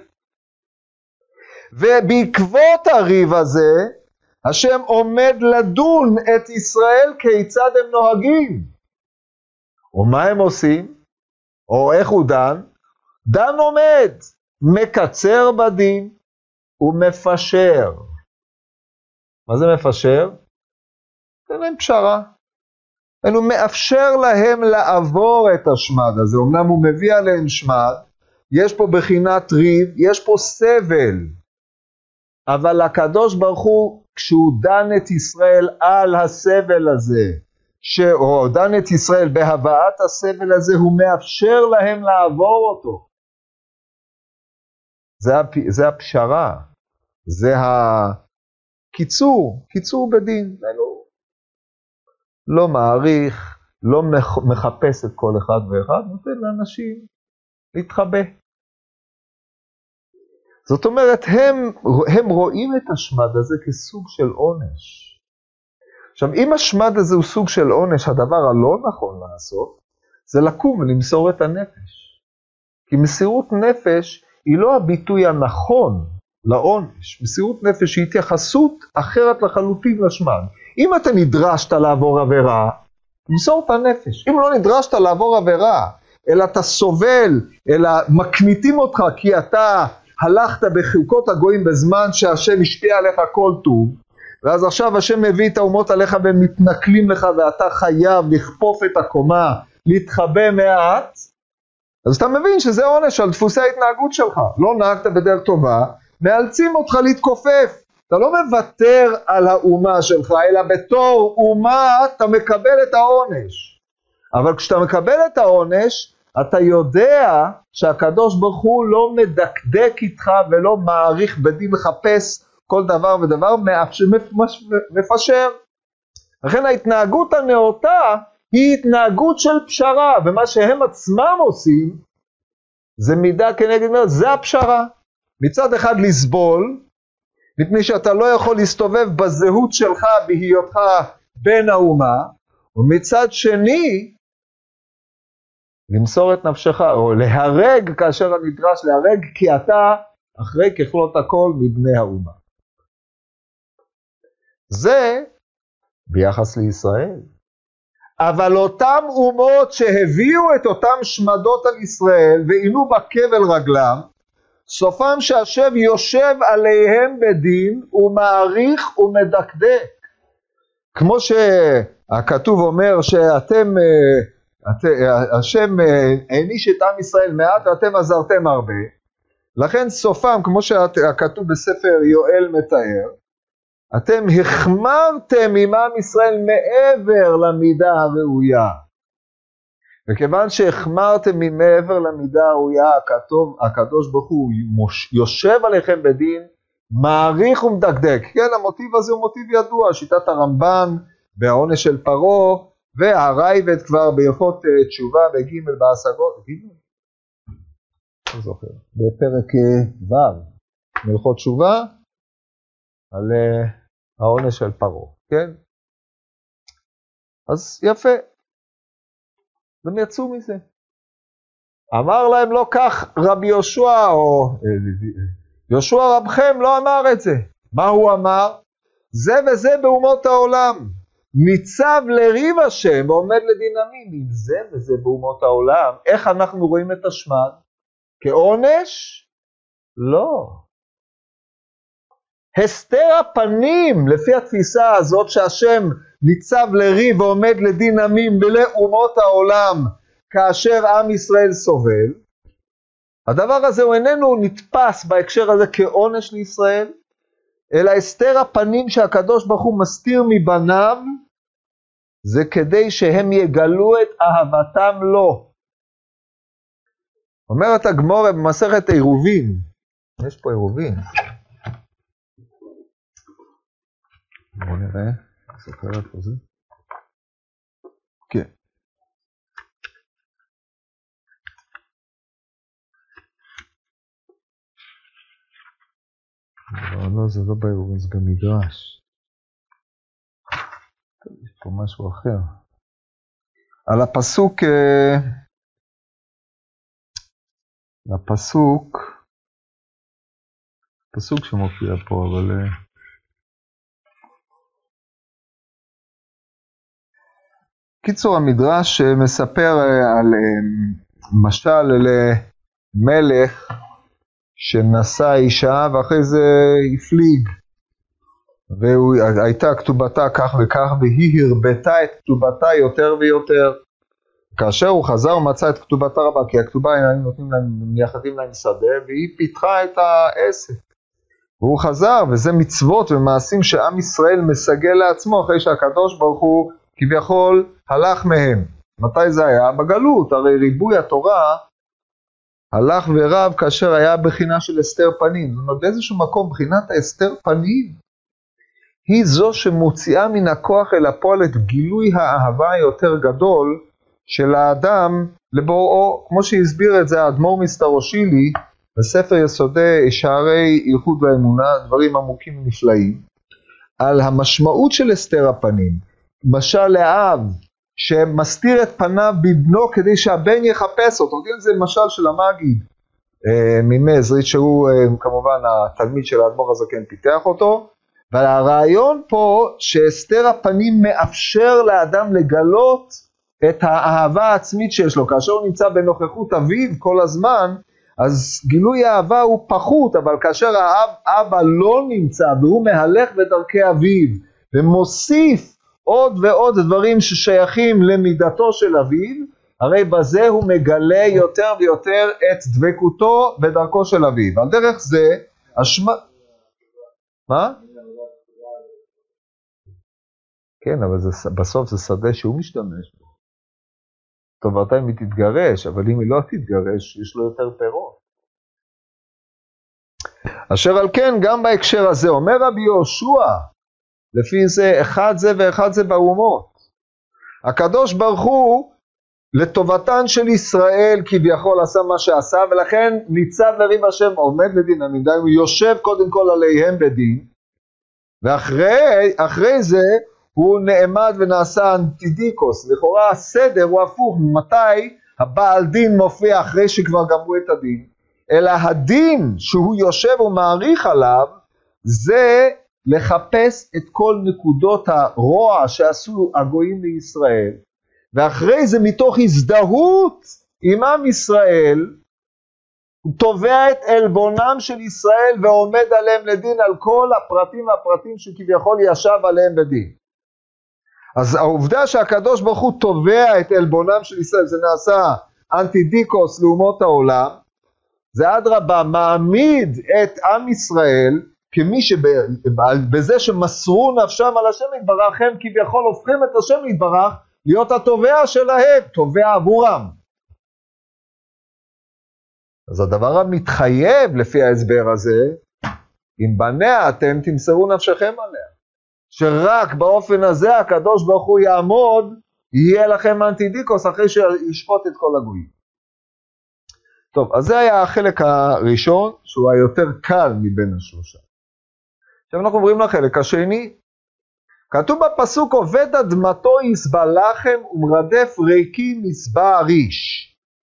ובעקבות הריב הזה, השם עומד לדון את ישראל כיצד הם נוהגים. או מה הם עושים? או איך הוא דן? דן עומד, מקצר בדין ומפשר. מה זה מפשר? זה להם פשרה. הוא מאפשר להם לעבור את השמד הזה. אמנם הוא מביא עליהם שמד, יש פה בחינת ריב, יש פה סבל. אבל הקדוש ברוך הוא, כשהוא דן את ישראל על הסבל הזה, או דן את ישראל בהבאת הסבל הזה, הוא מאפשר להם לעבור אותו. זה, זה הפשרה, זה הקיצור, קיצור בדין. לא מעריך, לא מחפש את כל אחד ואחד, נותן לאנשים להתחבא. זאת אומרת, הם, הם רואים את השמד הזה כסוג של עונש. עכשיו, אם השמד הזה הוא סוג של עונש, הדבר הלא נכון לעשות, זה לקום ולמסור את הנפש. כי מסירות נפש היא לא הביטוי הנכון לעונש. מסירות נפש היא התייחסות אחרת לחלוטין לשמד. אם אתה נדרשת לעבור עבירה, למסור את הנפש. אם לא נדרשת לעבור עבירה, אלא אתה סובל, אלא מקניטים אותך כי אתה הלכת בחוקות הגויים בזמן שהשם השפיע עליך כל טוב, ואז עכשיו השם מביא את האומות עליך והם מתנכלים לך ואתה חייב לכפוף את הקומה, להתחבא מעט, אז אתה מבין שזה עונש על דפוסי ההתנהגות שלך. לא נהגת בדרך טובה, מאלצים אותך להתכופף. אתה לא מוותר על האומה שלך, אלא בתור אומה אתה מקבל את העונש. אבל כשאתה מקבל את העונש, אתה יודע שהקדוש ברוך הוא לא מדקדק איתך ולא מעריך בדין מחפש כל דבר ודבר, מפשר. לכן ההתנהגות הנאותה היא התנהגות של פשרה, ומה שהם עצמם עושים זה מידה כנגד מידה, זה הפשרה. מצד אחד לסבול, מפני שאתה לא יכול להסתובב בזהות שלך בהיותך בן האומה, ומצד שני למסור את נפשך, או להרג כאשר הנדרש להרג, כי אתה אחרי ככלות הכל מבני האומה. זה ביחס לישראל. אבל אותם אומות שהביאו את אותם שמדות על ישראל ועינו בכבל רגלם, סופם שהשם יושב עליהם בדין ומעריך ומדקדק. כמו הכתוב אומר שאתם, את, השם העניש את עם ישראל מעט ואתם עזרתם הרבה, לכן סופם, כמו שהכתוב בספר יואל מתאר, אתם החמרתם עם עם ישראל מעבר למידה הראויה. וכיוון שהחמרתם מעבר למידה הראויה, הכתוב, הקדוש ברוך הוא יושב עליכם בדין, מעריך ומדקדק. כן, המוטיב הזה הוא מוטיב ידוע, שיטת הרמב"ן והעונש של פרעה, והרייבד כבר בהלכות תשובה בג' בהשגות, גימל? לא זוכר, בפרק ו' בהלכות תשובה, על העונש של פרעה, כן? אז יפה. הם יצאו מזה. אמר להם לא כך רבי יהושע, או יהושע רבכם לא אמר את זה. מה הוא אמר? זה וזה באומות העולם. ניצב לריב השם ועומד לדין עמים. אם זה וזה באומות העולם, איך אנחנו רואים את השמד? כעונש? לא. הסתר הפנים, לפי התפיסה הזאת שהשם ניצב לריב ועומד לדין עמים ולאומות העולם כאשר עם ישראל סובל, הדבר הזה הוא איננו נתפס בהקשר הזה כעונש לישראל, אלא הסתר הפנים שהקדוש ברוך הוא מסתיר מבניו, זה כדי שהם יגלו את אהבתם לו. אומרת הגמרא במסכת עירובין, יש פה עירובין, בואו נראה, סופר איפה זה. כן. אבל לא, זה לא בעירובין, זה במדרש. יש פה משהו אחר. על הפסוק, הפסוק, פסוק שמופיע פה, אבל קיצור, המדרש מספר על משל למלך שנשא אישה ואחרי זה הפליג, והייתה כתובתה כך וכך והיא הרבתה את כתובתה יותר ויותר. כאשר הוא חזר הוא מצא את כתובתה רבה, כי הכתובה היינו נותנים להם, מייחדים להם שדה, והיא פיתחה את העסק. והוא חזר, וזה מצוות ומעשים שעם ישראל מסגל לעצמו אחרי שהקדוש ברוך הוא כביכול הלך מהם. מתי זה היה? בגלות. הרי ריבוי התורה הלך ורב כאשר היה בחינה של הסתר פנים. זאת אומרת, באיזשהו מקום בחינת ההסתר פנים היא זו שמוציאה מן הכוח אל הפועל את גילוי האהבה היותר גדול של האדם לבוראו, כמו שהסביר את זה האדמו"ר מסטרושילי בספר יסודי שערי ייחוד והאמונה, דברים עמוקים ונפלאים, על המשמעות של הסתר הפנים. משל לאב שמסתיר את פניו בבנו כדי שהבן יחפש אותו. זה משל של המגיד ממזרית, שהוא כמובן התלמיד של האדמו"ר הזקן פיתח אותו. והרעיון פה שהסתר הפנים מאפשר לאדם לגלות את האהבה העצמית שיש לו. כאשר הוא נמצא בנוכחות אביו כל הזמן, אז גילוי האהבה הוא פחות, אבל כאשר האב, אבא לא נמצא והוא מהלך בדרכי אביו ומוסיף עוד ועוד דברים ששייכים למידתו של אביו, הרי בזה הוא מגלה יותר ויותר את דבקותו בדרכו של אביו. על דרך זה, השמה... מה? כן, אבל זה, בסוף זה שדה שהוא משתמש בו. טובתה אם היא תתגרש, אבל אם היא לא תתגרש, יש לו יותר פירות. אשר על כן, גם בהקשר הזה, אומר רבי יהושע, לפי זה, אחד זה ואחד זה באומות. הקדוש ברוך הוא, לטובתן של ישראל, כביכול עשה מה שעשה, ולכן ניצב לריב השם, עומד לדין עמים, הוא יושב קודם כל עליהם בדין, ואחרי אחרי זה, הוא נעמד ונעשה אנטידיקוס. לכאורה הסדר הוא הפוך. מתי הבעל דין מופיע אחרי שכבר גמרו את הדין? אלא הדין שהוא יושב ומעריך עליו, זה לחפש את כל נקודות הרוע שעשו הגויים לישראל. ואחרי זה מתוך הזדהות עם עם ישראל, הוא תובע את אלבונם של ישראל ועומד עליהם לדין על כל הפרטים והפרטים שכביכול ישב עליהם בדין. אז העובדה שהקדוש ברוך הוא תובע את עלבונם של ישראל, זה נעשה אנטידיקוס לאומות העולם, זה אדרבה מעמיד את עם ישראל כמי שבזה שמסרו נפשם על השם יתברך, הם כביכול הופכים את השם יתברך להיות התובע שלהם, תובע עבורם. אז הדבר המתחייב לפי ההסבר הזה, אם בניה אתם תמסרו נפשכם עליה, שרק באופן הזה הקדוש ברוך הוא יעמוד, יהיה לכם אנטידיקוס אחרי שישפוט את כל הגויים. טוב, אז זה היה החלק הראשון, שהוא היותר קל מבין השלושה. עכשיו אנחנו עוברים לחלק השני. כתוב בפסוק, עובד אדמתו יסבע לחם ומרדף ריקים יסבע ריש.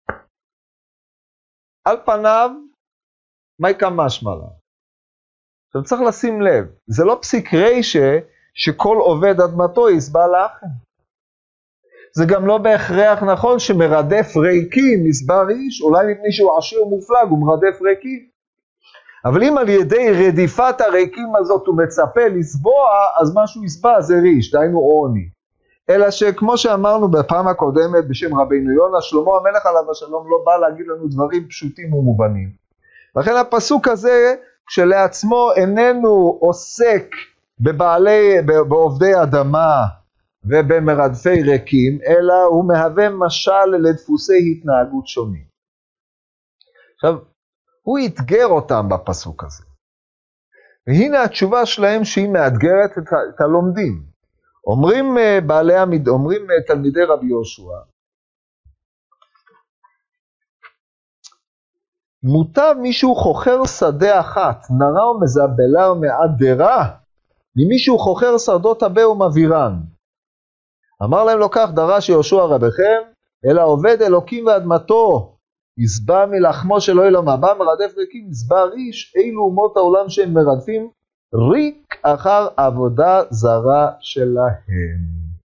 על פניו, מה יקם משמע לה? עכשיו צריך לשים לב, זה לא פסיק רישה שכל עובד אדמתו יסבע לחם. זה גם לא בהכרח נכון שמרדף ריקים יסבע ריש, אולי מפני שהוא עשיר מופלג הוא מרדף ריקים. אבל אם על ידי רדיפת הריקים הזאת הוא מצפה לסבוע, אז מה שהוא יסבע זה ריש, דהיינו עוני. אלא שכמו שאמרנו בפעם הקודמת בשם רבינו יונה, שלמה המלך עליו השלום לא בא להגיד לנו דברים פשוטים ומובנים. לכן הפסוק הזה כשלעצמו איננו עוסק בבעלי, בעובדי אדמה ובמרדפי ריקים, אלא הוא מהווה משל לדפוסי התנהגות שונים. עכשיו, הוא יתגר אותם בפסוק הזה. והנה התשובה שלהם שהיא מאתגרת את הלומדים. אומרים בעלי המד... אומרים תלמידי רבי יהושע, מוטב מישהו חוכר שדה אחת, נרה ומזבלה ומעדרה, ממישהו חוכר שדות הרבה ומבירן. אמר להם לו כך, דרש יהושע רבכם, אלא עובד אלוקים ואדמתו, יסבע מלחמו של אלוהים הבא, מרדף ריקים, יסבע ריש, אילו אומות העולם שהם מרדפים, ריק אחר עבודה זרה שלהם.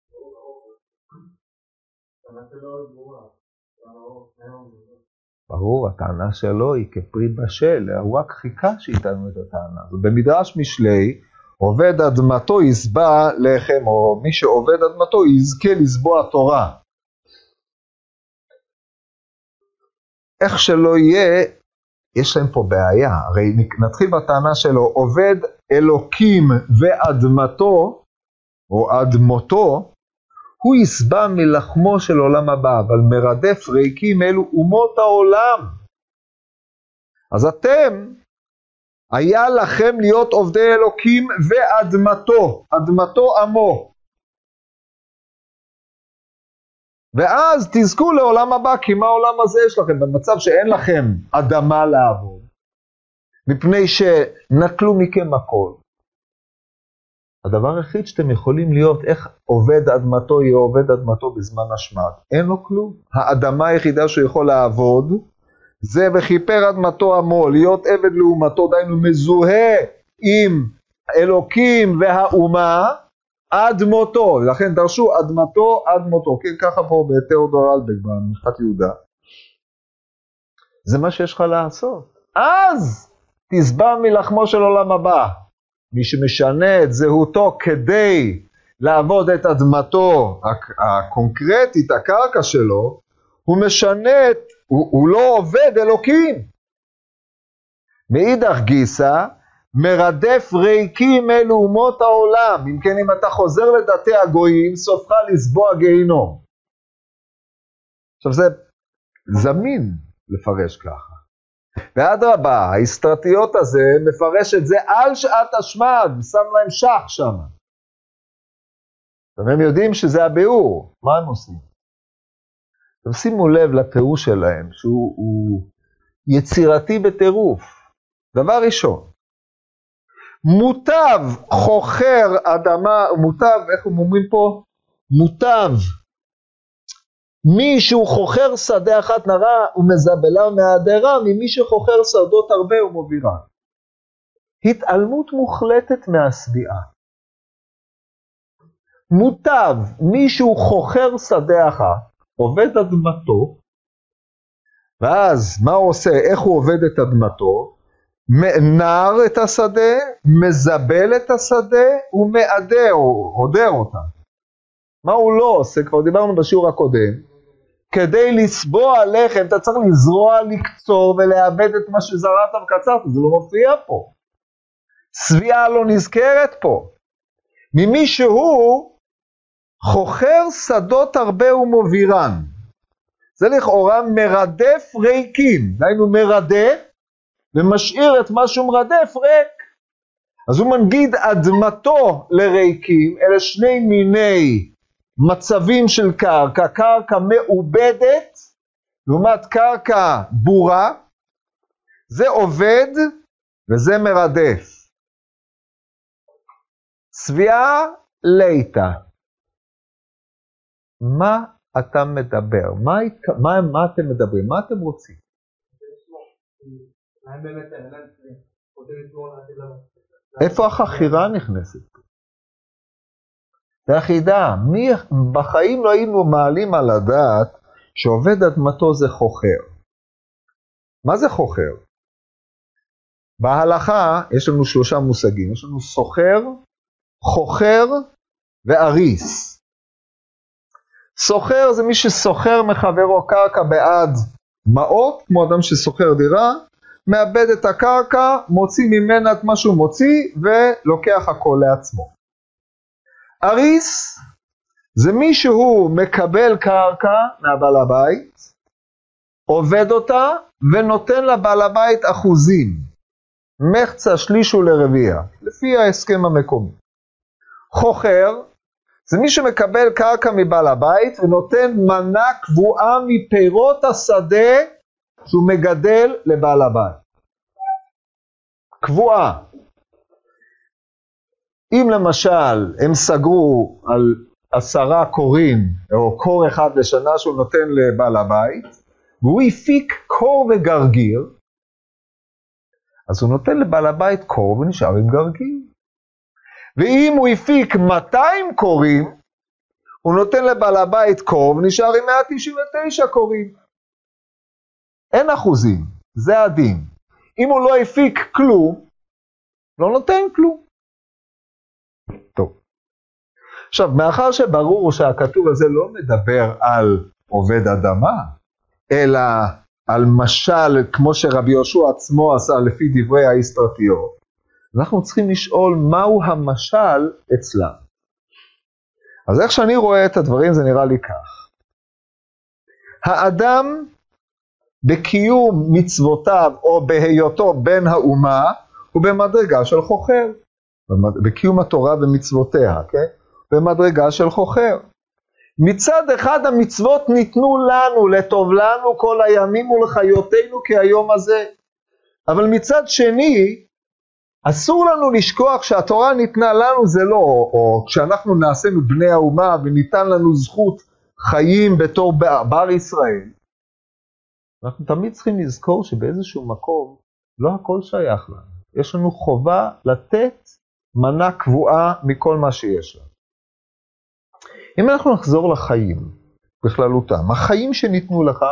ברור, הטענה שלו היא כפרי בשל, הוא רק חיכה שאיתנו את הטענה. במדרש משלי, עובד אדמתו יסבע לחם, או מי שעובד אדמתו יזכה לסבוע תורה. איך שלא יהיה, יש להם פה בעיה. הרי נתחיל בטענה שלו, עובד אלוקים ואדמתו, או אדמותו, הוא יסבע מלחמו של עולם הבא, אבל מרדף ריקים אלו אומות העולם. אז אתם, היה לכם להיות עובדי אלוקים ואדמתו, אדמתו עמו. ואז תזכו לעולם הבא, כי מה העולם הזה יש לכם? במצב שאין לכם אדמה לעבוד, מפני שנטלו מכם הכל. הדבר היחיד שאתם יכולים להיות, איך עובד אדמתו יהיה עובד אדמתו בזמן השמד. אין לו כלום. האדמה היחידה שהוא יכול לעבוד, זה וכיפר אדמתו עמו, להיות עבד לאומתו, דיינו מזוהה עם אלוקים והאומה, עד מותו. לכן דרשו אדמתו עד מותו. כן, ככה פה בתיאודור אלבק, במשפט יהודה. זה מה שיש לך לעשות. אז תסבע מלחמו של עולם הבא. מי שמשנה את זהותו כדי לעבוד את אדמתו הקונקרטית, הקרקע שלו, הוא משנה את, הוא, הוא לא עובד אלוקים. מאידך גיסא, מרדף ריקים אלו אומות העולם. אם כן, אם אתה חוזר לדתי הגויים, סופך לסבוע גיהינום. עכשיו זה זמין לפרש ככה. ואדרבה, האסטרטיות הזה מפרש את זה על שעת השמד, שם להם שח שם. והם יודעים שזה הביאור. מה הם עושים? שימו לב לתיאור שלהם, שהוא יצירתי בטירוף. דבר ראשון, מוטב חוכר אדמה, מוטב, איך הם אומרים פה? מוטב. מי שהוא חוכר שדה אחת נרה ומזבלה ומעדרה, ממי שחוכר שדות הרבה ומובירה. התעלמות מוחלטת מהשביעה. מוטב מי שהוא חוכר שדה אחת, עובד אדמתו, ואז מה הוא עושה? איך הוא עובד את אדמתו? נער את השדה, מזבל את השדה ומעדר, או הודר אותה. מה הוא לא עושה? כבר דיברנו בשיעור הקודם. כדי לסבוע לחם, אתה צריך לזרוע, לקצור ולאבד את מה שזרעת וקצרת. זה לא מופיע פה. סביעה לא נזכרת פה. ממי שהוא חוכר שדות הרבה ומובירן. זה לכאורה מרדף ריקים. דיינו מרדף ומשאיר את מה שהוא מרדף ריק. אז הוא מנגיד אדמתו לריקים. אלה שני מיני מצבים של קרקע. קרקע מעובדת לעומת קרקע בורה. זה עובד וזה מרדף. סביעה ליתה. מה אתה מדבר? מה, מה, מה אתם מדברים? מה אתם רוצים? איפה החכירה נכנסת? זה החידה. מי, בחיים לא היינו מעלים על הדעת שעובד אדמתו זה חוכר. מה זה חוכר? בהלכה יש לנו שלושה מושגים. יש לנו סוחר, חוכר ואריס. סוחר זה מי שסוחר מחברו קרקע בעד מעות, כמו אדם שסוחר דירה, מאבד את הקרקע, מוציא ממנה את מה שהוא מוציא, ולוקח הכל לעצמו. אריס זה מי שהוא מקבל קרקע מהבעל הבית, עובד אותה, ונותן לבעל הבית אחוזים. מחצה, שליש ולרביע, לפי ההסכם המקומי. חוכר זה מי שמקבל קרקע מבעל הבית ונותן מנה קבועה מפירות השדה שהוא מגדל לבעל הבית. קבועה. אם למשל הם סגרו על עשרה קורים או קור אחד לשנה שהוא נותן לבעל הבית והוא הפיק קור וגרגיר, אז הוא נותן לבעל הבית קור ונשאר עם גרגיר. ואם הוא הפיק מאתיים קורים, הוא נותן לבעל הבית קור ונשאר עם מאה תשעים ותשע קורים. אין אחוזים, זה הדין. אם הוא לא הפיק כלום, לא נותן כלום. טוב. עכשיו, מאחר שברור שהכתוב הזה לא מדבר על עובד אדמה, אלא על משל כמו שרבי יהושע עצמו עשה לפי דברי האסטרטיות, אנחנו צריכים לשאול מהו המשל אצלם. אז איך שאני רואה את הדברים זה נראה לי כך. האדם בקיום מצוותיו או בהיותו בן האומה הוא במדרגה של חוכר. בקיום התורה ומצוותיה, כן? במדרגה של חוכר. מצד אחד המצוות ניתנו לנו, לטוב לנו כל הימים ולחיותנו כהיום הזה. אבל מצד שני, אסור לנו לשכוח שהתורה ניתנה לנו זה לא, או כשאנחנו נעשינו בני האומה וניתן לנו זכות חיים בתור בר ישראל. אנחנו תמיד צריכים לזכור שבאיזשהו מקום לא הכל שייך לנו. יש לנו חובה לתת מנה קבועה מכל מה שיש לנו. אם אנחנו נחזור לחיים בכללותם, החיים שניתנו לך,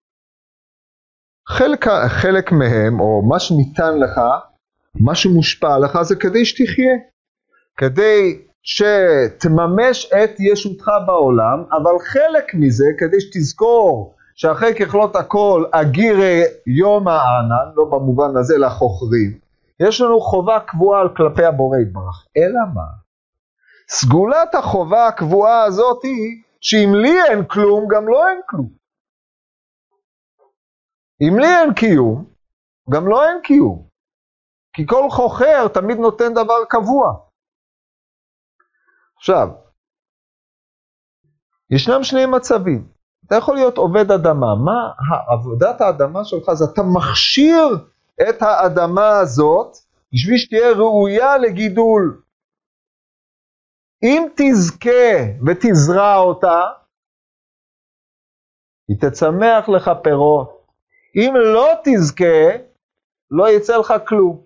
חלק, חלק מהם, או מה שניתן לך, מה שמושפע לך, זה כדי שתחיה. כדי שתממש את ישותך בעולם, אבל חלק מזה, כדי שתזכור שאחרי ככלות הכל, אגיר יום הענן, לא במובן הזה לחוכרים, יש לנו חובה קבועה על כלפי הבורא יתברך. אלא מה? סגולת החובה הקבועה הזאת היא שאם לי אין כלום, גם לא אין כלום. אם לי אין קיום, גם לא אין קיום. כי כל חוכר תמיד נותן דבר קבוע. עכשיו, ישנם שני מצבים. אתה יכול להיות עובד אדמה. מה עבודת האדמה שלך? זה אתה מכשיר את האדמה הזאת בשביל שתהיה ראויה לגידול. אם תזכה ותזרע אותה, היא תצמח לך פירות. אם לא תזכה, לא יצא לך כלום.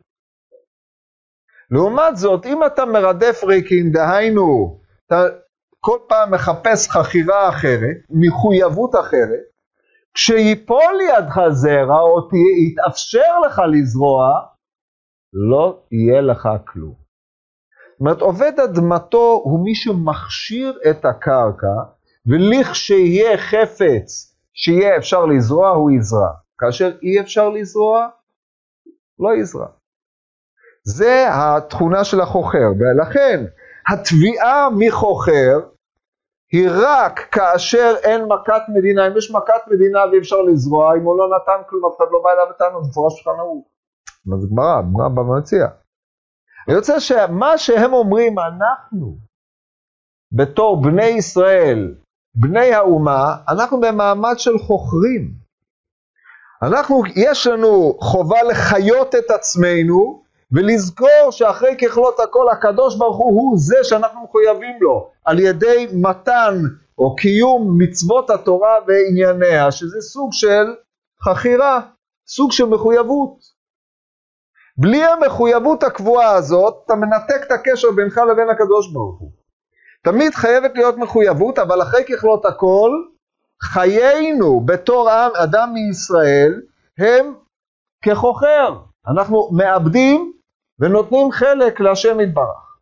לעומת זאת, אם אתה מרדף ריקים, דהיינו, אתה כל פעם מחפש חכירה אחרת, מחויבות אחרת, כשיפול לידך זרע או יתאפשר לך לזרוע, לא יהיה לך כלום. זאת אומרת, עובד אדמתו הוא מי שמכשיר את הקרקע, ולכשיהיה חפץ שיהיה אפשר לזרוע, הוא יזרע. כאשר אי אפשר לזרוע, לא יזרע. זה התכונה של החוכר, ולכן התביעה מחוכר היא רק כאשר אין מכת מדינה. אם יש מכת מדינה ואפשר לזרוע, אם הוא לא נתן כלום, אף אחד לא בא אליו אותנו, זה מפורש שלך נהוג. זה גמרא, גמרא במציע. אני רוצה שמה שהם אומרים, אנחנו, בתור בני ישראל, בני האומה, אנחנו במעמד של חוכרים. אנחנו, יש לנו חובה לחיות את עצמנו, ולזכור שאחרי ככלות הכל, הקדוש ברוך הוא הוא זה שאנחנו מחויבים לו, על ידי מתן או קיום מצוות התורה וענייניה, שזה סוג של חכירה, סוג של מחויבות. בלי המחויבות הקבועה הזאת, אתה מנתק את הקשר בינך לבין הקדוש ברוך הוא. תמיד חייבת להיות מחויבות, אבל אחרי ככלות הכל, חיינו בתור אדם מישראל, הם כחוכר. אנחנו מאבדים ונותנים חלק להשם יתברך.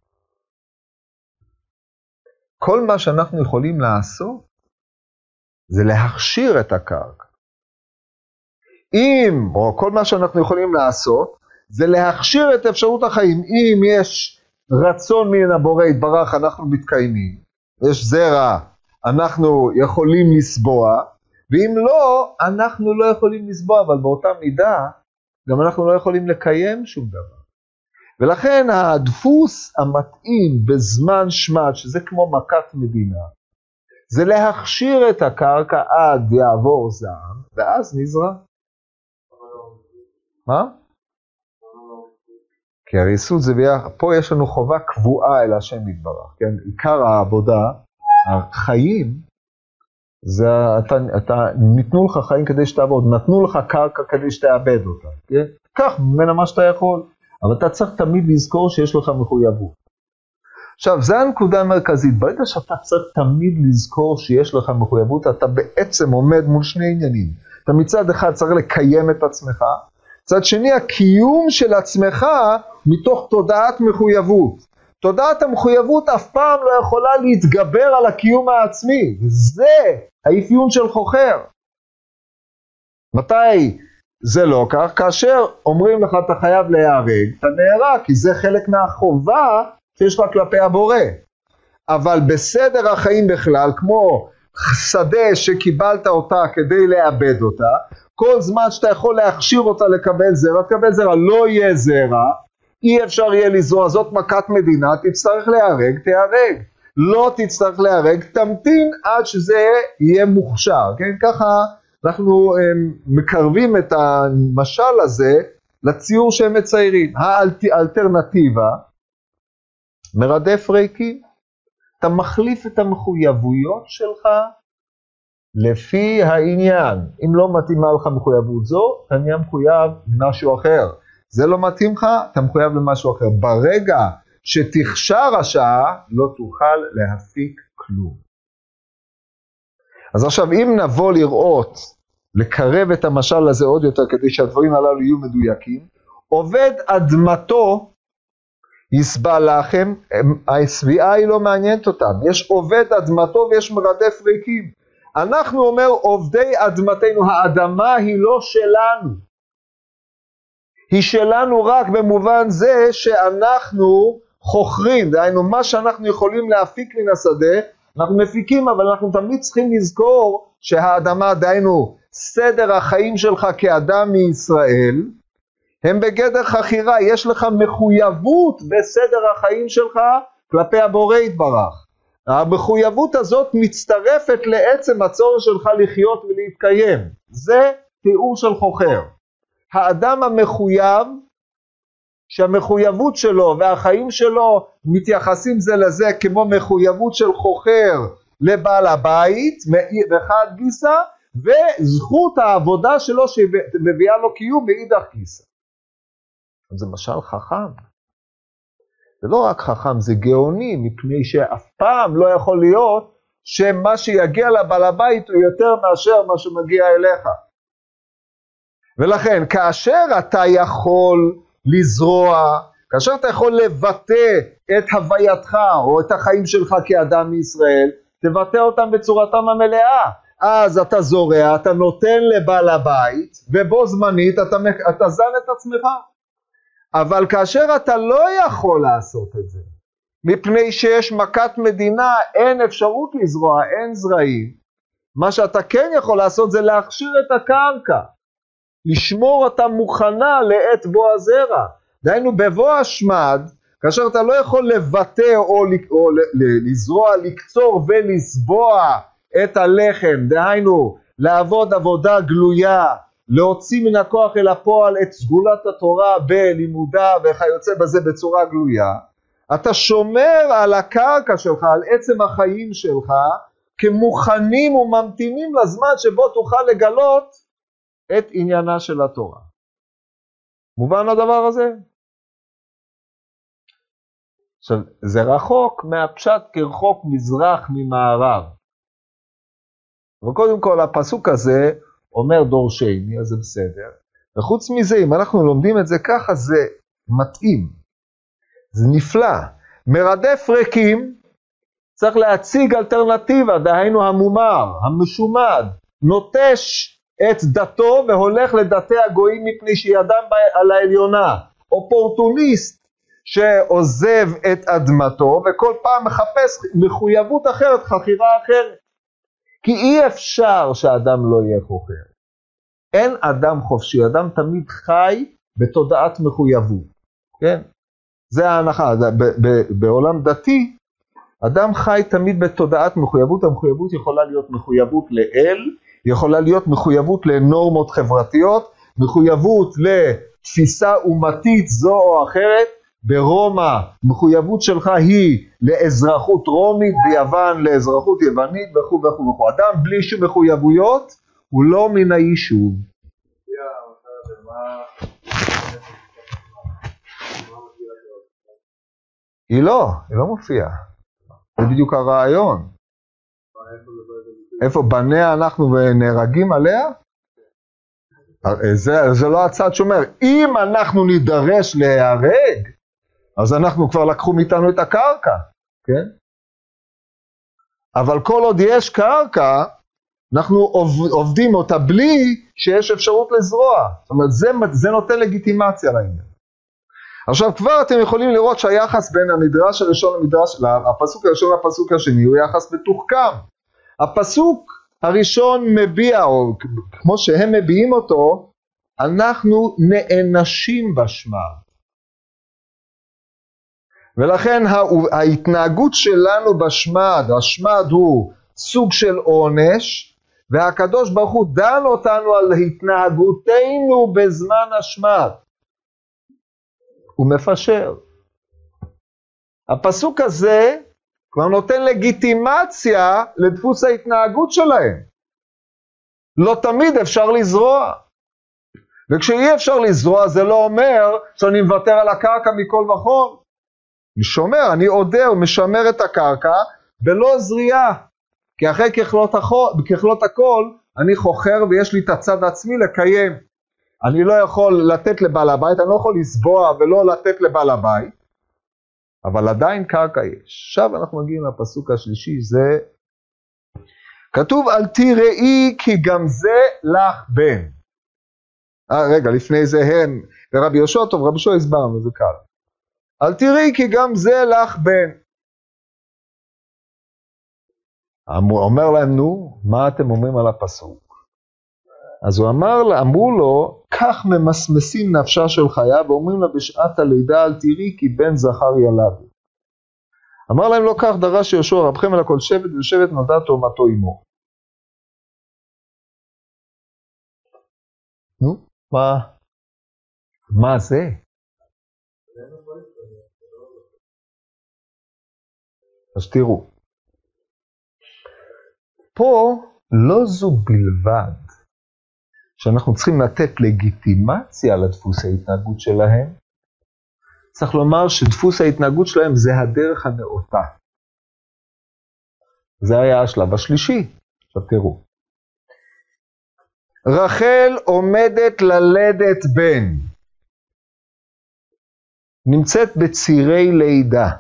כל מה שאנחנו יכולים לעשות, זה להכשיר את הקרקע. אם, או כל מה שאנחנו יכולים לעשות, זה להכשיר את אפשרות החיים. אם יש רצון מן הבורא יתברך, אנחנו מתקיימים. יש זרע, אנחנו יכולים לסבוע, ואם לא, אנחנו לא יכולים לסבוע, אבל באותה מידה, גם אנחנו לא יכולים לקיים שום דבר. ולכן הדפוס המתאים בזמן שמד, שזה כמו מכת מדינה, זה להכשיר את הקרקע עד יעבור זעם, ואז נזרע. מה? כי הריסות זה ביחד, פה יש לנו חובה קבועה אל השם יתברך, כן? עיקר העבודה, החיים, זה אתה, אתה, ניתנו לך חיים כדי שתעבוד, נתנו לך קרקע כדי שתאבד אותה, כן? כך ממנה מה שאתה יכול, אבל אתה צריך תמיד לזכור שיש לך מחויבות. עכשיו, זו הנקודה המרכזית, ברגע שאתה צריך תמיד לזכור שיש לך מחויבות, אתה בעצם עומד מול שני עניינים. אתה מצד אחד צריך לקיים את עצמך, מצד שני הקיום של עצמך מתוך תודעת מחויבות. תודעת המחויבות אף פעם לא יכולה להתגבר על הקיום העצמי, וזה האפיון של חוכר. מתי זה לא כך? כאשר אומרים לך אתה חייב להיהרג, אתה נהרג, כי זה חלק מהחובה שיש לך כלפי הבורא. אבל בסדר החיים בכלל, כמו שדה שקיבלת אותה כדי לאבד אותה, כל זמן שאתה יכול להכשיר אותה לקבל זרע, תקבל זרע, לא יהיה זרע, אי אפשר יהיה לזרוע, זאת מכת מדינה, תצטרך להיהרג, תיהרג. לא תצטרך להיהרג, תמתין עד שזה יהיה מוכשר. כן? ככה אנחנו הם, מקרבים את המשל הזה לציור שהם מציירים. האלטרנטיבה, מרדף ריקים, אתה מחליף את המחויבויות שלך לפי העניין. אם לא מתאימה לך מחויבות זו, אתה נהיה מחויב למשהו אחר. זה לא מתאים לך, אתה מחויב למשהו אחר. ברגע שתכשר השעה, לא תוכל להפיק כלום. אז עכשיו, אם נבוא לראות, לקרב את המשל הזה עוד יותר, כדי שהדברים הללו יהיו מדויקים, עובד אדמתו יסבל לכם, הסביעה היא לא מעניינת אותם. יש עובד אדמתו ויש מרדף ריקים. אנחנו אומר, עובדי אדמתנו, האדמה היא לא שלנו. היא שלנו רק במובן זה שאנחנו חוכרים, דהיינו מה שאנחנו יכולים להפיק מן השדה, אנחנו מפיקים, אבל אנחנו תמיד צריכים לזכור שהאדמה, דהיינו סדר החיים שלך כאדם מישראל, הם בגדר חכירה, יש לך מחויבות בסדר החיים שלך כלפי הבורא יתברך. המחויבות הזאת מצטרפת לעצם הצורך שלך לחיות ולהתקיים. זה תיאור של חוכר. האדם המחויב, שהמחויבות שלו והחיים שלו מתייחסים זה לזה כמו מחויבות של חוכר לבעל הבית, באחד גיסא, וזכות העבודה שלו שמביאה לו קיום באידך גיסא. זה משל חכם. זה לא רק חכם, זה גאוני, מפני שאף פעם לא יכול להיות שמה שיגיע לבעל הבית הוא יותר מאשר מה שמגיע אליך. ולכן, כאשר אתה יכול לזרוע, כאשר אתה יכול לבטא את הווייתך או את החיים שלך כאדם מישראל, תבטא אותם בצורתם המלאה. אז אתה זורע, אתה נותן לבעל הבית, ובו זמנית אתה, אתה זן את עצמך. אבל כאשר אתה לא יכול לעשות את זה, מפני שיש מכת מדינה, אין אפשרות לזרוע, אין זרעים, מה שאתה כן יכול לעשות זה להכשיר את הקרקע, לשמור אותה מוכנה לעת בוא הזרע. דהיינו בבוא השמד, כאשר אתה לא יכול לבטא או, או לזרוע, לקצור ולסבוע את הלחם, דהיינו לעבוד עבודה גלויה, להוציא מן הכוח אל הפועל את סגולת התורה בלימודה וכיוצא בזה בצורה גלויה, אתה שומר על הקרקע שלך, על עצם החיים שלך, כמוכנים וממתינים לזמן שבו תוכל לגלות את עניינה של התורה. מובן הדבר הזה? עכשיו, זה רחוק מהפשט כרחוק מזרח ממערב. וקודם כל הפסוק הזה אומר דורשני, אז זה בסדר. וחוץ מזה, אם אנחנו לומדים את זה ככה, זה מתאים. זה נפלא. מרדף ריקים, צריך להציג אלטרנטיבה, דהיינו המומר, המשומד, נוטש את דתו והולך לדתי הגויים מפני שידם על העליונה. אופורטוניסט שעוזב את אדמתו וכל פעם מחפש מחויבות אחרת, חכירה אחרת. כי אי אפשר שאדם לא יהיה חוכר. אין אדם חופשי, אדם תמיד חי בתודעת מחויבות. כן? זה ההנחה. ב- ב- בעולם דתי, אדם חי תמיד בתודעת מחויבות. המחויבות יכולה להיות מחויבות לאל, יכולה להיות מחויבות לנורמות חברתיות, מחויבות לתפיסה אומתית זו או אחרת. ברומא מחויבות שלך היא לאזרחות רומית, ביוון לאזרחות יוונית וכו' וכו' וכו'. אדם בלי שום מחויבויות הוא לא מן היישוב. היא לא, היא לא מופיעה. זה בדיוק הרעיון. איפה בניה אנחנו ונהרגים עליה? זה, זה לא הצד שאומר, אם אנחנו נידרש להיהרג, אז אנחנו כבר לקחו מאיתנו את הקרקע, כן? אבל כל עוד יש קרקע, אנחנו עובדים אותה בלי שיש אפשרות לזרוע. זאת אומרת, זה, זה נותן לגיטימציה לעניין. עכשיו כבר אתם יכולים לראות שהיחס בין המדרש הראשון למדרש, הפסוק הראשון לפסוק השני, הוא יחס מתוחכם. הפסוק הראשון מביע, או כמו שהם מביעים אותו, אנחנו נענשים בשמד. ולכן ההתנהגות שלנו בשמד, השמד הוא סוג של עונש, והקדוש ברוך הוא דן אותנו על התנהגותנו בזמן השמד. הוא מפשר. הפסוק הזה כבר נותן לגיטימציה לדפוס ההתנהגות שלהם. לא תמיד אפשר לזרוע. וכשאי אפשר לזרוע זה לא אומר שאני מוותר על הקרקע מכל וכל. אני שומר, אני עודה ומשמר את הקרקע בלא זריעה. כי אחרי ככלות, החול, ככלות הכל אני חוכר ויש לי את הצד עצמי לקיים. אני לא יכול לתת לבעל הבית, אני לא יכול לסבוע ולא לתת לבעל הבית. אבל עדיין קרקע יש. עכשיו אנחנו מגיעים לפסוק השלישי, זה כתוב אל תראי כי גם זה לך בן. אה, רגע, לפני זה הם, ורבי יהושע, טוב, רבי יהושע הסברנו, זה קל. אל תראי כי גם זה לך בן. אומר להם, נו, מה אתם אומרים על הפסוק? אז הוא אמר, אמרו לו, כך ממסמסים נפשה של חיה, ואומרים לה בשעת הלידה, אל תראי כי בן זכר ילד. אמר להם, לא כך דרש יהושע רבכם אל הכל שבט, ושבט נודע תאומתו עמו. נו, מה? מה זה? אז תראו. פה לא זו בלבד שאנחנו צריכים לתת לגיטימציה לדפוס ההתנהגות שלהם, צריך לומר שדפוס ההתנהגות שלהם זה הדרך הנאותה. זה היה השלב השלישי. עכשיו תראו. רחל עומדת ללדת בן. נמצאת בצירי לידה.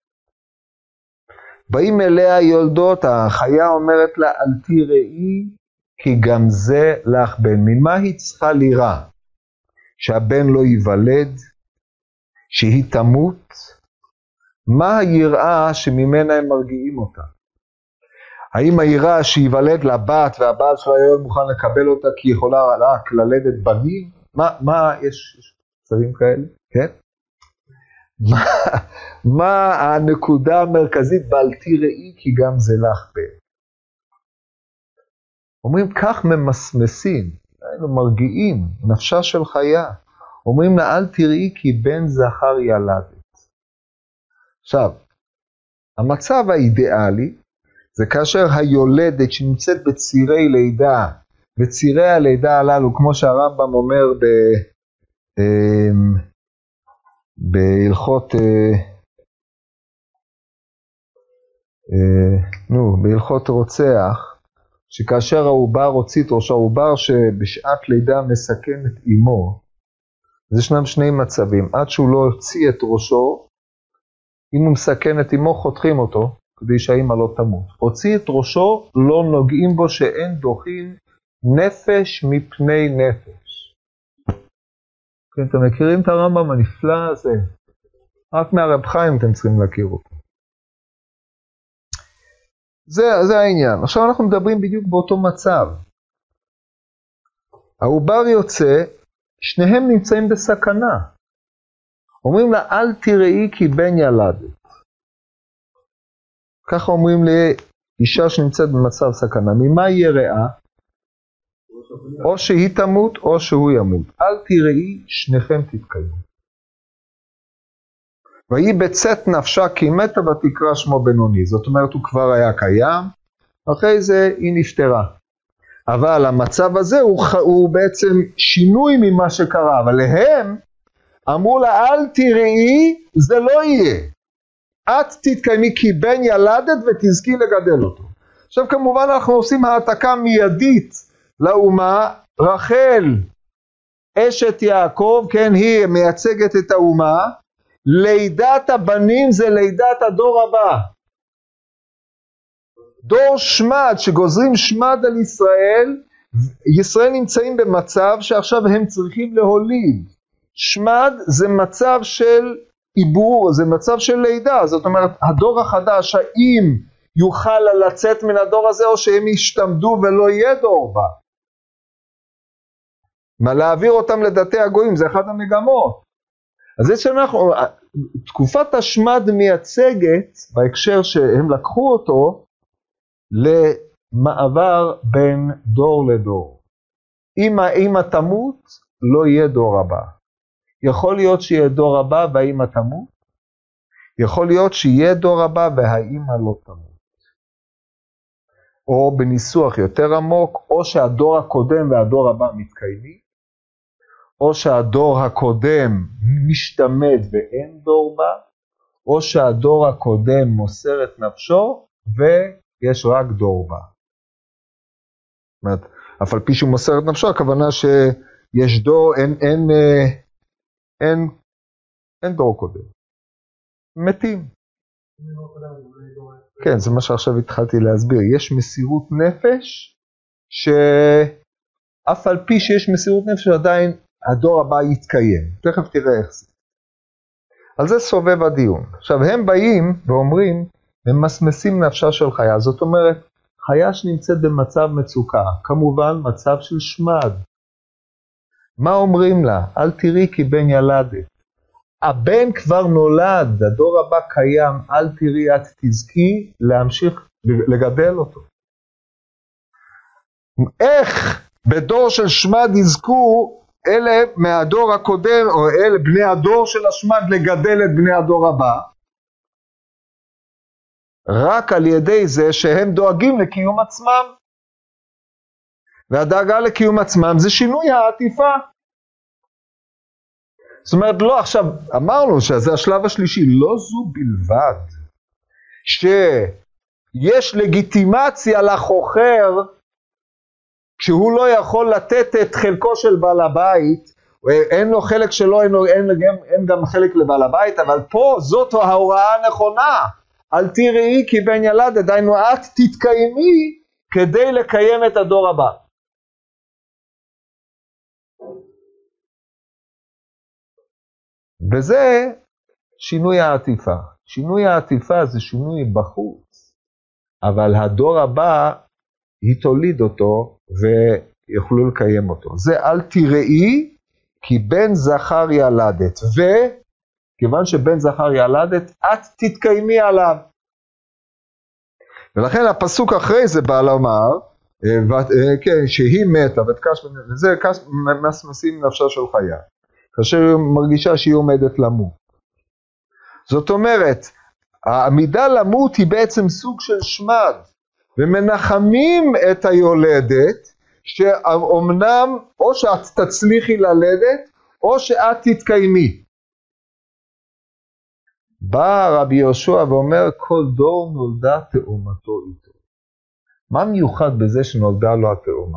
באים אליה יולדות, החיה אומרת לה, אל תראי, כי גם זה לך בן. ממה היא צריכה ליראה? שהבן לא ייוולד? שהיא תמות? מה היראה שממנה הם מרגיעים אותה? האם היראה שיוולד לבת והבת שלה לא מוכן לקבל אותה כי היא יכולה רק ללדת בנים? מה, מה, יש צרים כאלה? כן? מה, מה הנקודה המרכזית באל תראי כי גם זה לך בן? אומרים כך ממסמסים, היינו מרגיעים, נפשה של חיה. אומרים לה אל תראי כי בן זכר ילדת. עכשיו, המצב האידיאלי זה כאשר היולדת שנמצאת בצירי לידה, בצירי הלידה הללו, כמו שהרמב"ם אומר ב, בהלכות, נו, בהלכות רוצח, שכאשר העובר הוציא את ראשו, העובר שבשעת לידה מסכן את אמו, אז ישנם שני מצבים, עד שהוא לא הוציא את ראשו, אם הוא מסכן את אמו חותכים אותו, כדי שהאמא לא תמות. הוציא את ראשו, לא נוגעים בו שאין דוחים נפש מפני נפש. כן, אתם מכירים את הרמב"ם הנפלא הזה? רק מהרב חיים אתם צריכים להכיר אותו. זה, זה העניין. עכשיו אנחנו מדברים בדיוק באותו מצב. העובר יוצא, שניהם נמצאים בסכנה. אומרים לה, אל תראי כי בן ילדת. ככה אומרים לאישה שנמצאת במצב סכנה. ממה היא יראה? או שהיא תמות או שהוא ימות. אל תראי, שניכם תתקיימו. והיא בצאת נפשה כי מתה ותקרא שמו בינוני. זאת אומרת, הוא כבר היה קיים, אחרי זה היא נפטרה. אבל המצב הזה הוא, הוא בעצם שינוי ממה שקרה, אבל להם אמרו לה, אל תראי, זה לא יהיה. את תתקיימי כי בן ילדת ותזכי לגדל אותו. עכשיו כמובן אנחנו עושים העתקה מיידית לאומה, רחל, אשת יעקב, כן, היא מייצגת את האומה, לידת הבנים זה לידת הדור הבא. דור שמד, שגוזרים שמד על ישראל, ישראל נמצאים במצב שעכשיו הם צריכים להוליד. שמד זה מצב של עיבור, זה מצב של לידה, זאת אומרת, הדור החדש, האם יוכל לצאת מן הדור הזה, או שהם ישתמדו ולא יהיה דור בה? מה להעביר אותם לדתי הגויים, זה אחד המגמות. אז זה שאנחנו, תקופת השמד מייצגת, בהקשר שהם לקחו אותו, למעבר בין דור לדור. אם האמא תמות, לא יהיה דור הבא. יכול להיות שיהיה דור הבא והאמא תמות, יכול להיות שיהיה דור הבא והאמא לא תמות. או בניסוח יותר עמוק, או שהדור הקודם והדור הבא מתקיימים, או שהדור הקודם משתמד ואין דור בא, או שהדור הקודם מוסר את נפשו ויש רק דור בא. זאת אומרת, אף על פי שהוא מוסר את נפשו, הכוונה שיש דור, אין, אין, אין, אין, אין דור קודם. מתים. כן, זה מה שעכשיו התחלתי להסביר. יש מסירות נפש, שאף על פי שיש מסירות נפש, עדיין הדור הבא יתקיים. תכף תראה איך זה. על זה סובב הדיון. עכשיו, הם באים ואומרים, הם מסמסים נפשה של חיה. זאת אומרת, חיה שנמצאת במצב מצוקה, כמובן מצב של שמד. מה אומרים לה? אל תראי כי בן ילדת. הבן כבר נולד, הדור הבא קיים, אל תראי, את תזכי להמשיך לגדל אותו. איך בדור של שמד יזכו אלה מהדור הקודם, או אלה בני הדור של השמד לגדל את בני הדור הבא? רק על ידי זה שהם דואגים לקיום עצמם. והדאגה לקיום עצמם זה שינוי העטיפה. זאת אומרת, לא, עכשיו אמרנו שזה השלב השלישי, לא זו בלבד, שיש לגיטימציה לחוכר, כשהוא לא יכול לתת את חלקו של בעל הבית, אין לו חלק שלו, אין, לו, אין, אין, אין גם חלק לבעל הבית, אבל פה זאת ההוראה הנכונה. אל תראי כי בן ילדת, דיינו את תתקיימי כדי לקיים את הדור הבא. וזה שינוי העטיפה. שינוי העטיפה זה שינוי בחוץ, אבל הדור הבא היא תוליד אותו ויוכלו לקיים אותו. זה אל תראי כי בן זכר ילדת, וכיוון שבן זכר ילדת, את תתקיימי עליו. ולכן הפסוק אחרי זה בא לומר, כן, שהיא מתה, וזה מסמסים נפשה של חיה, כאשר היא מרגישה שהיא עומדת למות. זאת אומרת, העמידה למות היא בעצם סוג של שמד, ומנחמים את היולדת, שאומנם או שאת תצליחי ללדת, או שאת תתקיימי. בא רבי יהושע ואומר, כל דור נולדה תאומתו איתו. מה מיוחד בזה שנולדה לו התאומה?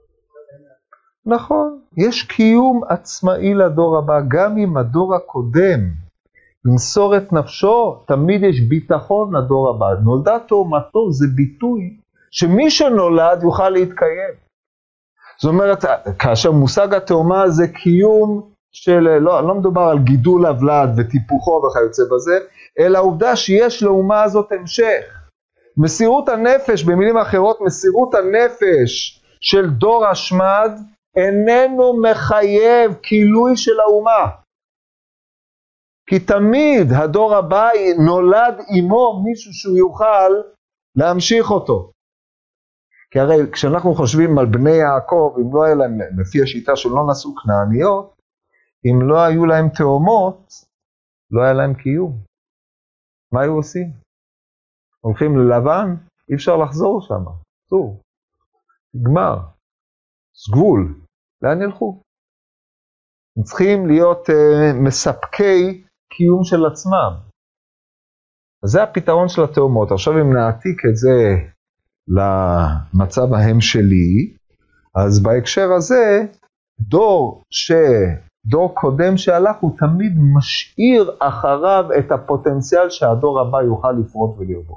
נכון, יש קיום עצמאי לדור הבא, גם אם הדור הקודם ימסור את נפשו, תמיד יש ביטחון לדור הבא. נולדה תאומתו זה ביטוי שמי שנולד יוכל להתקיים. זאת אומרת, כאשר מושג התאומה זה קיום של, לא, לא מדובר על גידול הבלד וטיפוחו וכיוצא בזה, אלא העובדה שיש לאומה הזאת המשך. מסירות הנפש, במילים אחרות, מסירות הנפש של דור השמד, איננו מחייב כילוי של האומה. כי תמיד הדור הבא נולד עמו מישהו שהוא יוכל להמשיך אותו. כי הרי כשאנחנו חושבים על בני יעקב, אם לא היה להם, לפי השיטה שלא נשאו כנעניות, אם לא היו להם תאומות, לא היה להם קיום. מה היו עושים? הולכים ללבן, אי אפשר לחזור שם. צור. גמר. סגבול. לאן ילכו? הם צריכים להיות uh, מספקי קיום של עצמם. אז זה הפתרון של התאומות. עכשיו אם נעתיק את זה למצב ההם שלי, אז בהקשר הזה, דור ש... דור קודם שהלך הוא תמיד משאיר אחריו את הפוטנציאל שהדור הבא יוכל לפרוט ולרבות.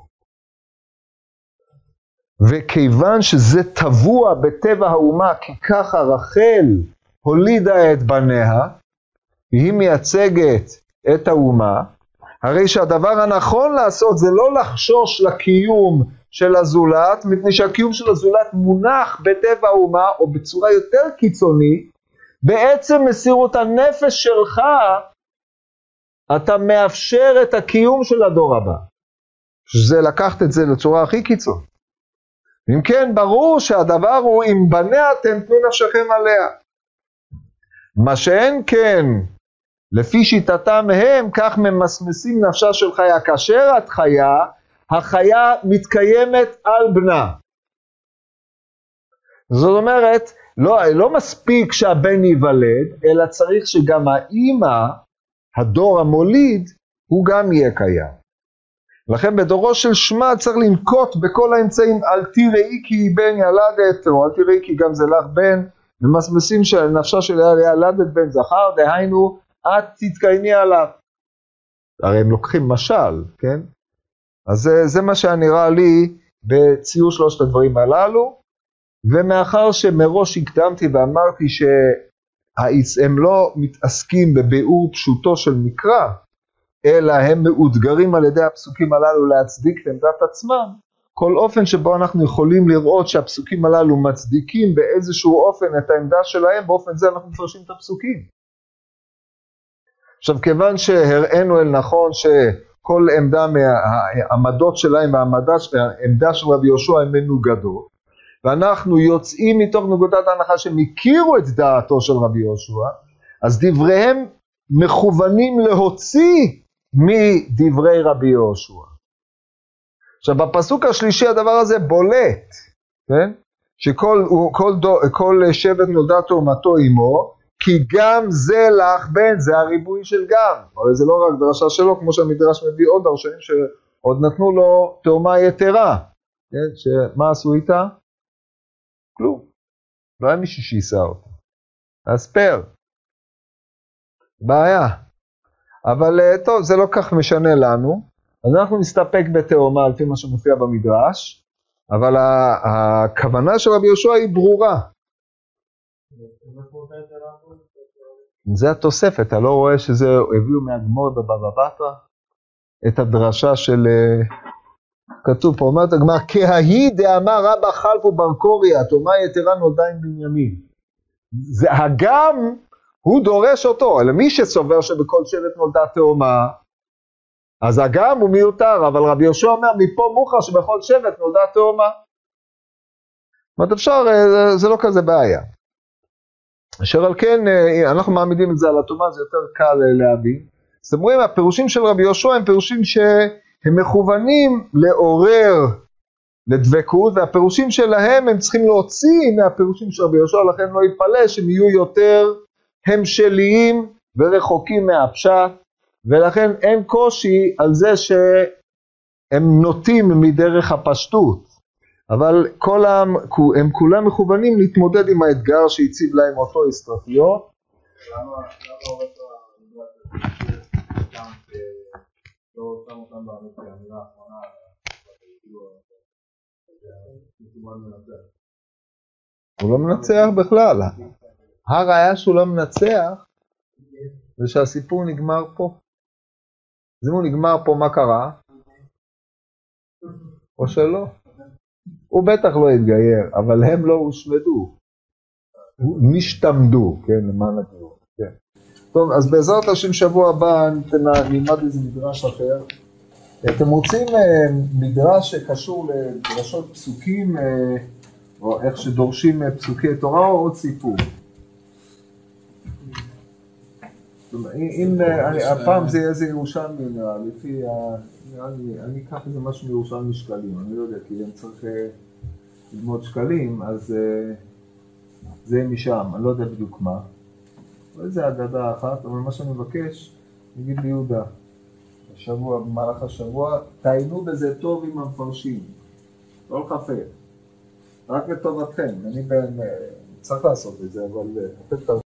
וכיוון שזה טבוע בטבע האומה, כי ככה רחל הולידה את בניה, והיא מייצגת את האומה, הרי שהדבר הנכון לעשות זה לא לחשוש לקיום של הזולת, מפני שהקיום של הזולת מונח בטבע האומה, או בצורה יותר קיצונית, בעצם מסירות הנפש שלך, אתה מאפשר את הקיום של הדור הבא. שזה לקחת את זה לצורה הכי קיצון. אם כן, ברור שהדבר הוא, אם בניה אתם תנו נפשכם עליה. מה שאין כן, לפי שיטתם הם, כך ממסמסים נפשה של חיה. כאשר את חיה, החיה מתקיימת על בנה. זאת אומרת, לא, לא מספיק שהבן ייוולד, אלא צריך שגם האמא, הדור המוליד, הוא גם יהיה קיים. לכן בדורו של שמע צריך לנקוט בכל האמצעים, אל תראי כי בן ילדת, או אל תראי כי גם זה לך בן, ומסמסים שנפשה של ילדת בן זכר, דהיינו, את תתקיימי עליו. הרי הם לוקחים משל, כן? אז זה, זה מה שנראה לי בציור שלושת הדברים הללו, ומאחר שמראש הקדמתי ואמרתי שהם לא מתעסקים בביאור פשוטו של מקרא, אלא הם מאותגרים על ידי הפסוקים הללו להצדיק את עמדת עצמם, כל אופן שבו אנחנו יכולים לראות שהפסוקים הללו מצדיקים באיזשהו אופן את העמדה שלהם, באופן זה אנחנו מפרשים את הפסוקים. עכשיו, כיוון שהראינו אל נכון שכל עמדה מהעמדות שלהם והעמדה של רבי יהושע הן מנוגדות, ואנחנו יוצאים מתוך נקודת ההנחה שהם הכירו את דעתו של רבי יהושע, אז דבריהם מכוונים להוציא מדברי רבי יהושע. עכשיו בפסוק השלישי הדבר הזה בולט, כן? שכל כל דו, כל שבט נולדה תאומתו עמו, כי גם זה לך בן, זה הריבוי של גם. אבל זה לא רק דרשה שלו, כמו שהמדרש מביא עוד דרשנים שעוד נתנו לו תאומה יתרה. כן? שמה עשו איתה? כלום. לא היה מישהו שיסע אותה. אז פר. בעיה. אבל טוב, זה לא כך משנה לנו. אז אנחנו נסתפק בתאומה לפי מה שמופיע במדרש, אבל הכוונה של רבי יהושע היא ברורה. זה התוספת, אתה לא רואה שזה הביאו מהגמור בבבא בתרא? את הדרשה של, כתוב פה, אומרת הגמרא, כהאי דאמר רבא חלפו בר קוריא, תאומה יתרה נולדה עם בנימין. זה הגם, הוא דורש אותו, אלא מי שסובר שבכל שבט נולדה תאומה, אז הגם הוא מיותר, אבל רבי יהושע אומר, מפה מוכר שבכל שבט נולדה תאומה. זאת אומרת, אפשר, זה לא כזה בעיה. אשר על כן, אנחנו מעמידים את זה על התאומה, זה יותר קל להבין. אז אתם רואים, הפירושים של רבי יהושע הם פירושים שהם מכוונים לעורר לדבקות, והפירושים שלהם הם צריכים להוציא מהפירושים של רבי יהושע, לכן לא יתפלא שהם יהיו יותר המשליים ורחוקים מהפשט, ולכן אין קושי על זה שהם נוטים מדרך הפשטות, אבל כל הם, הם כולם מכוונים להתמודד עם האתגר שהציב להם אותו אסטרטיות. למה עובד שם שלא שם אותם באמיתי, המילה האחרונה, הוא לא מנצח בכלל. הראיה שהוא לא מנצח זה שהסיפור נגמר פה. אז אם הוא נגמר פה, מה קרה? או שלא. הוא בטח לא התגייר, אבל הם לא הושמדו. נשתמדו, כן, למען הדיור. כן. טוב, אז בעזרת השם שבוע הבא נלמד איזה מדרש אחר. אתם רוצים מדרש שקשור לדרשות פסוקים, או איך שדורשים פסוקי תורה, או עוד סיפור? אם הפעם זה יהיה איזה ירושלמי, לפי, אני אקח איזה משהו מירושלמי שקלים, אני לא יודע, כי אני צריך ללמוד שקלים, אז זה יהיה משם, אני לא יודע בדיוק מה. איזה אגדה אחת, אבל מה שאני מבקש, נגיד ליהודה, השבוע, במהלך השבוע, תעיינו בזה טוב עם המפרשים, לא לחפר, רק לטובתכם, אני צריך לעשות את זה, אבל